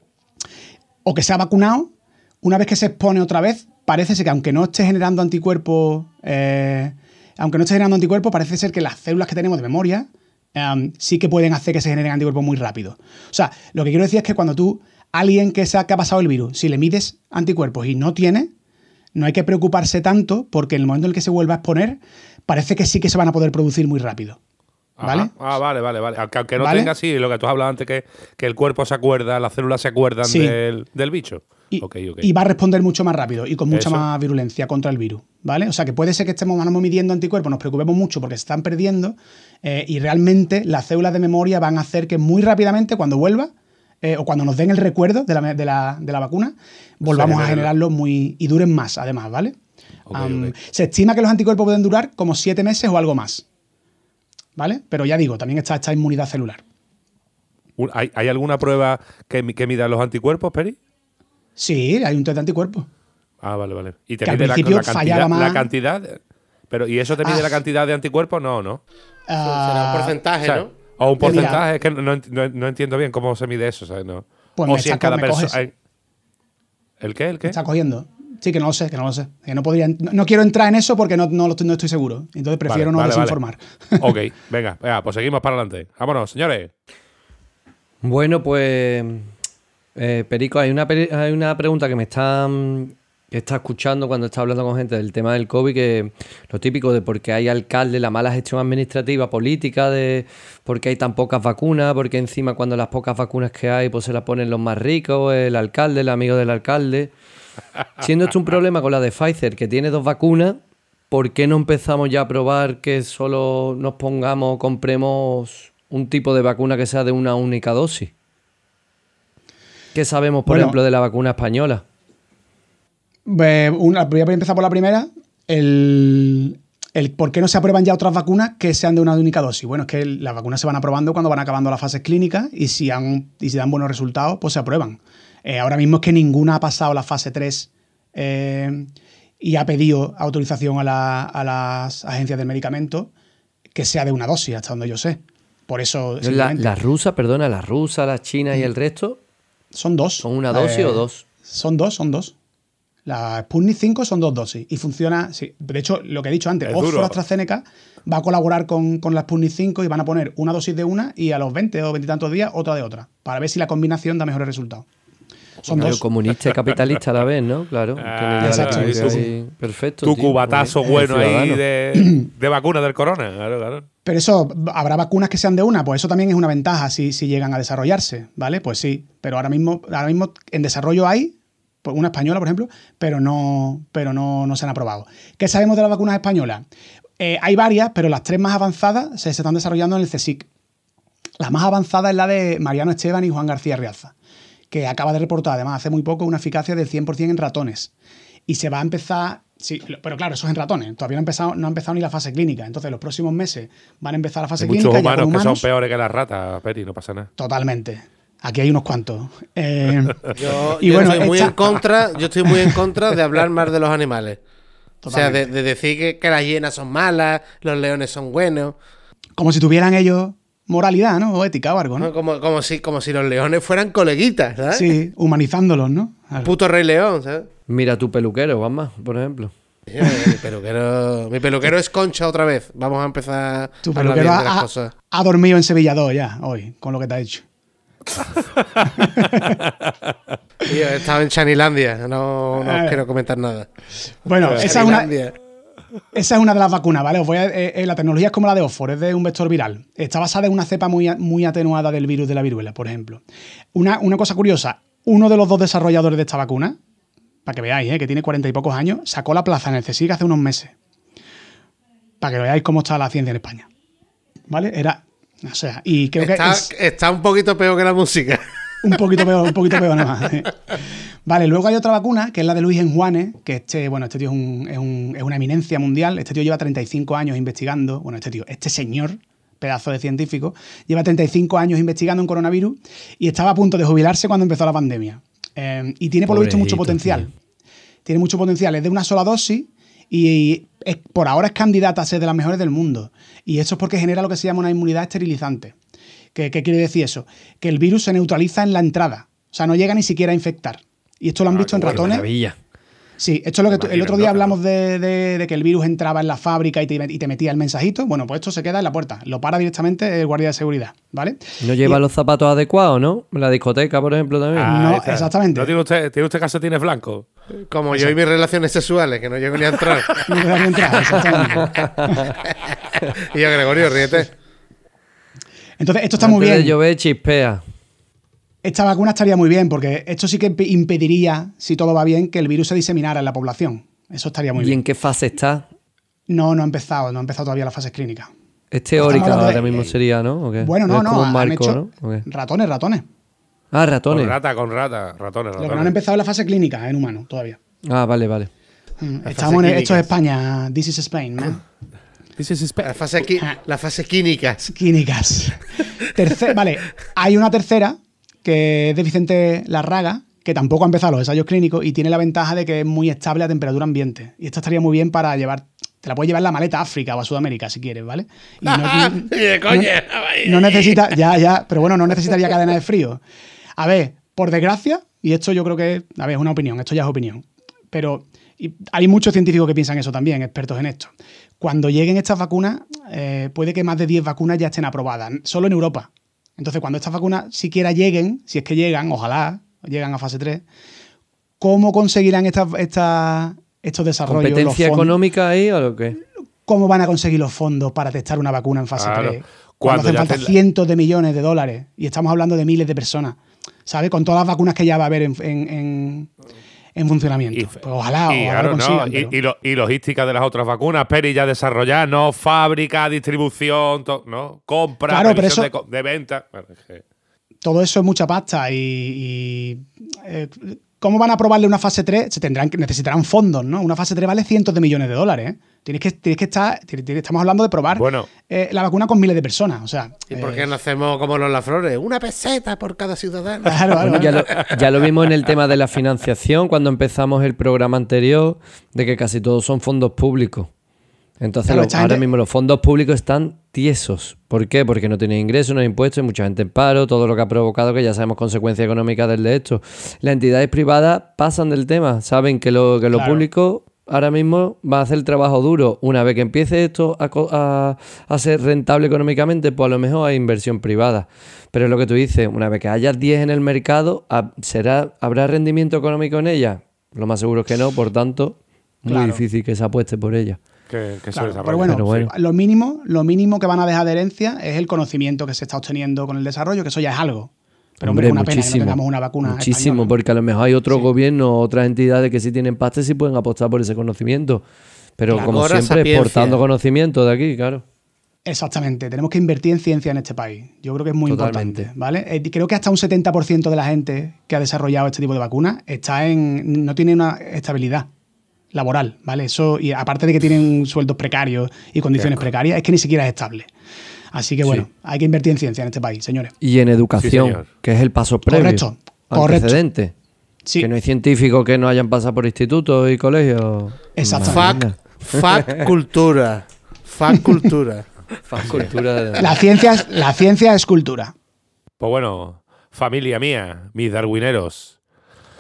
o que se ha vacunado, una vez que se expone otra vez, parece ser que aunque no esté generando anticuerpos... Eh, aunque no esté generando anticuerpos, parece ser que las células que tenemos de memoria um, sí que pueden hacer que se generen anticuerpos muy rápido. O sea, lo que quiero decir es que cuando tú... alguien que, sea, que ha pasado el virus, si le mides anticuerpos y no tiene... no hay que preocuparse tanto porque en el momento en el que se vuelva a exponer, parece que sí que se van a poder producir muy rápido. ¿Vale? Ajá. Ah, vale, vale, vale. Aunque, aunque no ¿Vale? tenga así, lo que tú has hablado antes, que, que el cuerpo se acuerda, las células se acuerdan sí. del, del bicho. Y, okay, okay. y va a responder mucho más rápido y con mucha Eso. más virulencia contra el virus. ¿Vale? O sea que puede ser que estemos midiendo anticuerpos, nos preocupemos mucho porque se están perdiendo eh, y realmente las células de memoria van a hacer que muy rápidamente, cuando vuelva, Eh, o cuando nos den el recuerdo de la, de la, de la vacuna, volvamos a generarlo muy y duren más, además, ¿vale? Okay, um, okay. Se estima que los anticuerpos pueden durar como siete meses o algo más, ¿vale? Pero ya digo, también está esta inmunidad celular. ¿Hay, ¿Hay alguna prueba que, que mida los anticuerpos, Peri? Sí, hay un test de anticuerpos. Ah, vale, vale. ¿Y te que mide al la, principio la, cantidad, fallaba más... la cantidad? Pero, ¿y eso te mide ah. la cantidad de anticuerpos? No, ¿no? Uh, Será un porcentaje, o sea, ¿no? O un porcentaje, es que no, no, no entiendo bien cómo se mide eso, ¿sabes? No. Pues o me si está, en cada me persona. ¿El qué? ¿El qué? Me está cogiendo. Sí, que no lo sé, que no lo sé. Que no, podría, no, no quiero entrar en eso porque no, no, no estoy seguro. Entonces prefiero vale, no vale, desinformar. Vale. Ok, venga, venga, pues seguimos para adelante. Vámonos, señores. Bueno, pues. Eh, Perico, hay una, hay una pregunta que me está. que está escuchando cuando está hablando con gente del tema del COVID, que lo típico de por qué hay alcaldes, la mala gestión administrativa, política, de por qué hay tan pocas vacunas, porque encima cuando las pocas vacunas que hay, pues se las ponen los más ricos, el alcalde, el amigo del alcalde. Siendo esto un problema con la de Pfizer, que tiene dos vacunas, ¿por qué no empezamos ya a probar que solo nos pongamos, compremos un tipo de vacuna que sea de una única dosis? ¿Qué sabemos, por bueno, ejemplo, de la vacuna española? Una, voy a empezar por la primera. El, el por qué no se aprueban ya otras vacunas que sean de una única dosis. Bueno, es que las vacunas se van aprobando cuando van acabando las fases clínicas y si, han, y si dan buenos resultados, pues se aprueban. Eh, ahora mismo es que ninguna ha pasado la fase tres eh, y ha pedido autorización a, la, a las agencias del medicamento que sea de una dosis, hasta donde yo sé. Por eso... La, la rusa, perdona, la rusa, la china y el resto... Son dos. ¿Son una dosis eh, o dos? Son dos, son dos. La Sputnik cinco son dos dosis y funciona... Sí. De hecho, lo que he dicho antes, Oxford AstraZeneca va a colaborar con, con la Sputnik cinco y van a poner una dosis de una y a los veinte o veinte y tantos días otra de otra, para ver si la combinación da mejores resultados. Son claro, dos. Comunista y capitalista a la vez, ¿no? Claro. Ah, exacto. Ahí, perfecto. Tu tío. cubatazo bueno ahí de, de vacuna del corona. Claro, claro. Pero eso, ¿habrá vacunas que sean de una? Pues eso también es una ventaja si, si llegan a desarrollarse, ¿vale? Pues sí. Pero ahora mismo, ahora mismo en desarrollo hay, una española, por ejemplo, pero no, pero no, no se han aprobado. ¿Qué sabemos de las vacunas españolas? Eh, hay varias, pero las tres más avanzadas se, se están desarrollando en el CSIC. La más avanzada es la de Mariano Esteban y Juan García Riaza, que acaba de reportar, además, hace muy poco, una eficacia del cien por ciento en ratones. Y se va a empezar... Sí, pero claro, eso es en ratones. Todavía no ha empezado, no ha empezado ni la fase clínica. Entonces, los próximos meses van a empezar la fase hay clínica. Muchos humanos, humanos que son peores que las ratas, Peri, no pasa nada. Totalmente. Aquí hay unos cuantos. Eh, yo y yo bueno, estoy muy esta... en contra, yo estoy muy en contra de hablar mal de los animales. Totalmente. O sea, de, de decir que, que las hienas son malas, los leones son buenos. Como si tuvieran ellos moralidad, ¿no? O ética o algo, ¿no? no como, como, si, como si los leones fueran coleguitas, ¿sabes? Sí, humanizándolos, ¿no? Algo. Puto Rey León, ¿sabes? Mira tu peluquero, Juanma, por ejemplo. Mi peluquero, mi peluquero es Concha otra vez. Vamos a empezar Tu a hablar peluquero bien de las ha, cosas. ha dormido en Sevilla dos ya, hoy, con lo que te ha hecho. Tío, he estado en Chanilandia, no, no os quiero comentar nada. Bueno, esa es, una, esa es una de las vacunas, ¿vale? Os voy a, eh, eh, la tecnología es como la de Oxford, es de un vector viral. Está basada en una cepa muy, muy atenuada del virus de la viruela, por ejemplo. Una, una cosa curiosa, uno de los dos desarrolladores de esta vacuna, para que veáis, ¿eh? Que tiene cuarenta y pocos años, sacó la plaza en el CSIC hace unos meses. Para que veáis cómo está la ciencia en España. ¿Vale? Era... O sea, y creo está, que... Es, está un poquito peor que la música. Un poquito peor, un poquito peor nada más. ¿eh? Vale, luego hay otra vacuna, que es la de Luis Enjuanes, que este, bueno, este tío es, un, es, un, es una eminencia mundial. Este tío lleva treinta y cinco años investigando. Bueno, este tío, este señor, pedazo de científico, lleva treinta y cinco años investigando un coronavirus y estaba a punto de jubilarse cuando empezó la pandemia. Eh, y tiene, por lo visto, mucho potencial. Tío. Tiene mucho potencial. Es de una sola dosis y es, por ahora es candidata a ser de las mejores del mundo. Y eso es porque genera lo que se llama una inmunidad esterilizante. ¿Qué, qué quiere decir eso? Que el virus se neutraliza en la entrada. O sea, no llega ni siquiera a infectar. Y esto lo han ah, visto en ratones. Maravilla. Sí, esto es lo que tú, el otro día hablamos de, de, de que el virus entraba en la fábrica y te, y te metía el mensajito. Bueno, pues esto se queda en la puerta. Lo para directamente el guardia de seguridad, ¿vale? No lleva y, los zapatos adecuados, ¿no? La discoteca, por ejemplo, también. Ah, no, está. Exactamente. ¿No tiene usted, tiene usted calcetines blancos? Como Eso. Yo y mis relaciones sexuales, que no llego ni a entrar. No llego ni a entrar, exactamente. Y yo, Gregorio, ríete. Entonces, esto está Antes muy bien. De llover, chispea. Esta vacuna estaría muy bien, porque esto sí que impediría, si todo va bien, que el virus se diseminara en la población. Eso estaría muy ¿Y bien. ¿Y en qué fase está? No, no ha empezado, no ha empezado todavía las fases clínicas. Es teórica ahora de, mismo sería, ¿no? ¿O qué? Bueno, no, es no. Como un marco, hecho ¿no? Okay. Ratones, ratones. Ah, ratones. Con rata, con rata. Ratones, ratones. Lo que no han empezado es la fase clínica en humanos todavía. Ah, vale, vale. Mm, estamos en, esto es España. This is Spain, man. This is Spain. La fase, qui la fase quínicas. Quínicas. Tercer, vale, hay una tercera que es de Vicente Larraga, que tampoco ha empezado los ensayos clínicos y tiene la ventaja de que es muy estable a temperatura ambiente. Y esta estaría muy bien para llevar... Te la puedes llevar en la maleta a África o a Sudamérica si quieres, ¿vale? Y no, de coña. No, no necesita... Ya, ya, pero bueno, no necesitaría cadena de frío. A ver, por desgracia, y esto yo creo que... A ver, es una opinión, esto ya es opinión. Pero y hay muchos científicos que piensan eso también, expertos en esto. Cuando lleguen estas vacunas, eh, puede que más de diez vacunas ya estén aprobadas, solo en Europa. Entonces, cuando estas vacunas siquiera lleguen, si es que llegan, ojalá llegan a fase tres, ¿cómo conseguirán estas, estas, estos desarrollos? ¿Competencia económica ahí o lo qué? ¿Cómo van a conseguir los fondos para testar una vacuna en fase claro. tres? Cuando hacen falta cientos de millones de dólares y estamos hablando de miles de personas, ¿sabes? Con todas las vacunas que ya va a haber en, en, en, en funcionamiento. Y, pues ojalá, y, ojalá claro, lo consigan. No, pero... y, y, lo, y logística de las otras vacunas, Peri, ya desarrollar, no fábrica, distribución, no compra, claro, pero eso... de, de venta. Bueno, es que... Todo eso es mucha pasta y, y eh, ¿cómo van a aprobarle una fase tres? Se tendrán, necesitarán fondos, ¿no? Una fase tres vale cientos de millones de dólares, ¿eh? Tienes que, tienes que estar, tienes, estamos hablando de probar bueno. eh, la vacuna con miles de personas, o sea... ¿Y por qué no hacemos como los Laflores? Una peseta por cada ciudadano. Claro, bueno, ya, lo, ya lo vimos en el tema de la financiación cuando empezamos el programa anterior, de que casi todos son fondos públicos. Entonces claro, lo, ahora gente... mismo los fondos públicos están tiesos. ¿Por qué? Porque no tienen ingresos, no hay impuestos, hay mucha gente en paro, todo lo que ha provocado que ya sabemos consecuencias económicas del de esto. Las entidades privadas pasan del tema, saben que lo, que lo claro. público ahora mismo va a hacer el trabajo duro. Una vez que empiece esto a, a, a ser rentable económicamente, pues a lo mejor hay inversión privada. Pero es lo que tú dices, una vez que haya diez en el mercado, ¿será, ¿habrá rendimiento económico en ella? Lo más seguro es que no, por tanto, muy claro. difícil que se apueste por ella. Que, que claro, pero bueno, pero bueno. Lo, mínimo, lo mínimo que van a dejar de herencia es el conocimiento que se está obteniendo con el desarrollo, que eso ya es algo. Pero hombre, es una pena que no tengamos una vacuna Muchísimo, española. Porque a lo mejor hay otros sí. gobiernos, otras entidades que sí tienen pasta y sí pueden apostar por ese conocimiento. Pero La como siempre, sapiencia. exportando conocimiento de aquí, claro. Exactamente, tenemos que invertir en ciencia en este país. Yo creo que es muy Totalmente. importante, ¿vale? Eh, creo que hasta un setenta por ciento de la gente que ha desarrollado este tipo de vacunas está en, no tiene una estabilidad laboral, ¿vale? Eso, y aparte de que tienen sueldos precarios y condiciones Claro. precarias, es que ni siquiera es estable. Así que bueno, Sí. hay que invertir en ciencia en este país, señores. Y en educación, Sí, señor. que es el paso previo. Correcto, correcto. Antecedente. Sí, Que no hay científicos que no hayan pasado por institutos y colegios. Exacto. Imagina. Fac, fac cultura. Fac cultura. Cultura de- la ciencia, es- la ciencia es cultura. Pues bueno, familia mía, mis darwineros.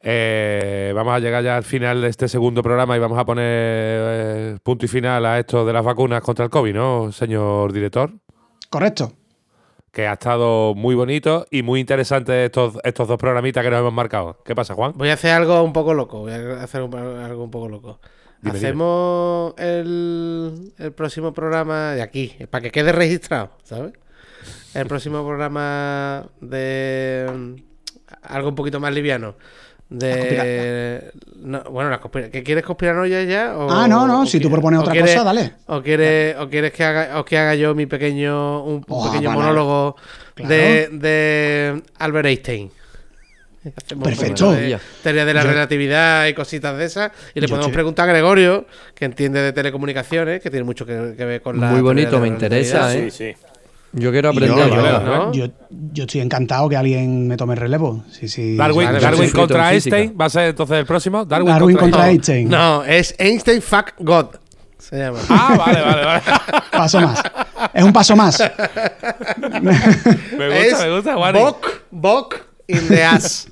Eh, vamos a llegar ya al final de este segundo programa y vamos a poner eh, punto y final a esto de las vacunas contra el COVID, ¿no, señor director? Correcto. Que ha estado muy bonito y muy interesante estos, estos dos programitas que nos hemos marcado. ¿Qué pasa, Juan? Voy a hacer algo un poco loco. Voy a hacer un, algo un poco loco. Dime, Hacemos dime. El, el próximo programa de aquí, para que quede registrado, ¿sabes? El próximo programa de algo un poquito más liviano. De no, bueno, la conspira- ¿qué quieres conspiranoia ya? O, ah, no, no, si quieres, tú propones otra quieres, cosa, dale. O quieres, o quieres que haga, o que haga yo mi pequeño, un, oh, un pequeño vale. monólogo claro. de, de Albert Einstein. Hacemos Perfecto. De teoría de la yo, relatividad y cositas de esas. Y le podemos che. preguntar a Gregorio, que entiende de telecomunicaciones, que tiene mucho que, que ver con la. Muy bonito, me interesa, ¿eh? Sí, sí. Yo quiero aprender. Yo, yo, ¿no? yo, yo estoy encantado que alguien me tome el relevo. Sí, sí. Darwin, vale, Darwin vale, contra Einstein va a ser entonces el próximo. Darwin, Darwin contra, no, Einstein. No, es Einstein fuck God. Se llama. Ah, vale, vale, vale. Paso más. Es un paso más. me gusta, es me gusta, Juan. Bok, Bok in the ass.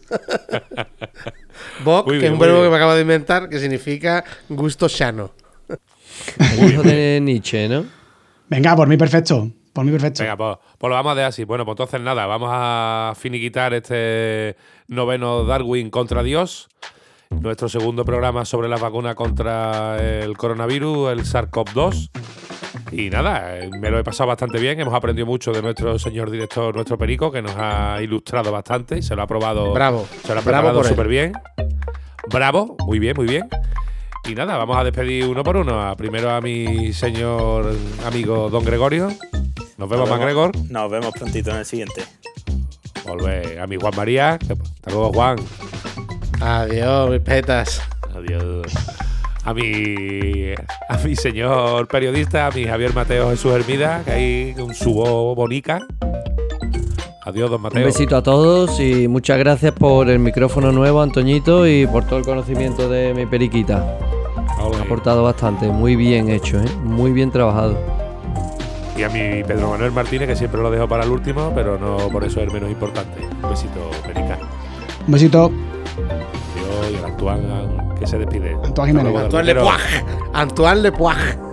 Bok, Muy que bien, es un muy verbo bien. que me acabo de inventar, que significa gusto sano. El hijo de Nietzsche, ¿no? Venga, por mí perfecto. Por mí perfecto. Venga, pues, pues lo vamos a dejar así. Bueno, pues entonces nada, vamos a finiquitar este noveno Darwin contra Dios. Nuestro segundo programa sobre las vacunas contra el coronavirus, el SARS-CoV dos. Y nada, me lo he pasado bastante bien. Hemos aprendido mucho de nuestro señor director, nuestro Perico, que nos ha ilustrado bastante y se lo ha probado. Bravo. Se lo ha Bravo preparado por él. súper bien. Bravo, muy bien, muy bien. Y nada, vamos a despedir uno por uno. A primero a mi señor amigo Don Gregorio. Nos vemos, Nos MacGregor. Nos vemos prontito en el siguiente. Volve a mi Juan María. Hasta luego, Juan. Adiós, mis petas. Adiós. A mi, a mi señor periodista, a mi Javier Mateo Jesús Hermida, que hay un subo bonica. Adiós, don Mateo. Un besito a todos y muchas gracias por el micrófono nuevo, Antoñito, y por todo el conocimiento de mi periquita. Olé. Ha aportado bastante, muy bien hecho, ¿eh? Muy bien trabajado. Y a mi Pedro Manuel Martínez, que siempre lo dejo para el último, pero no por eso es menos importante. Un besito, Perica. Un besito. Adiós, y el Antoine, que se despide. Antoine Jiménez. Antoine Le Poig. Antoine Le Poig.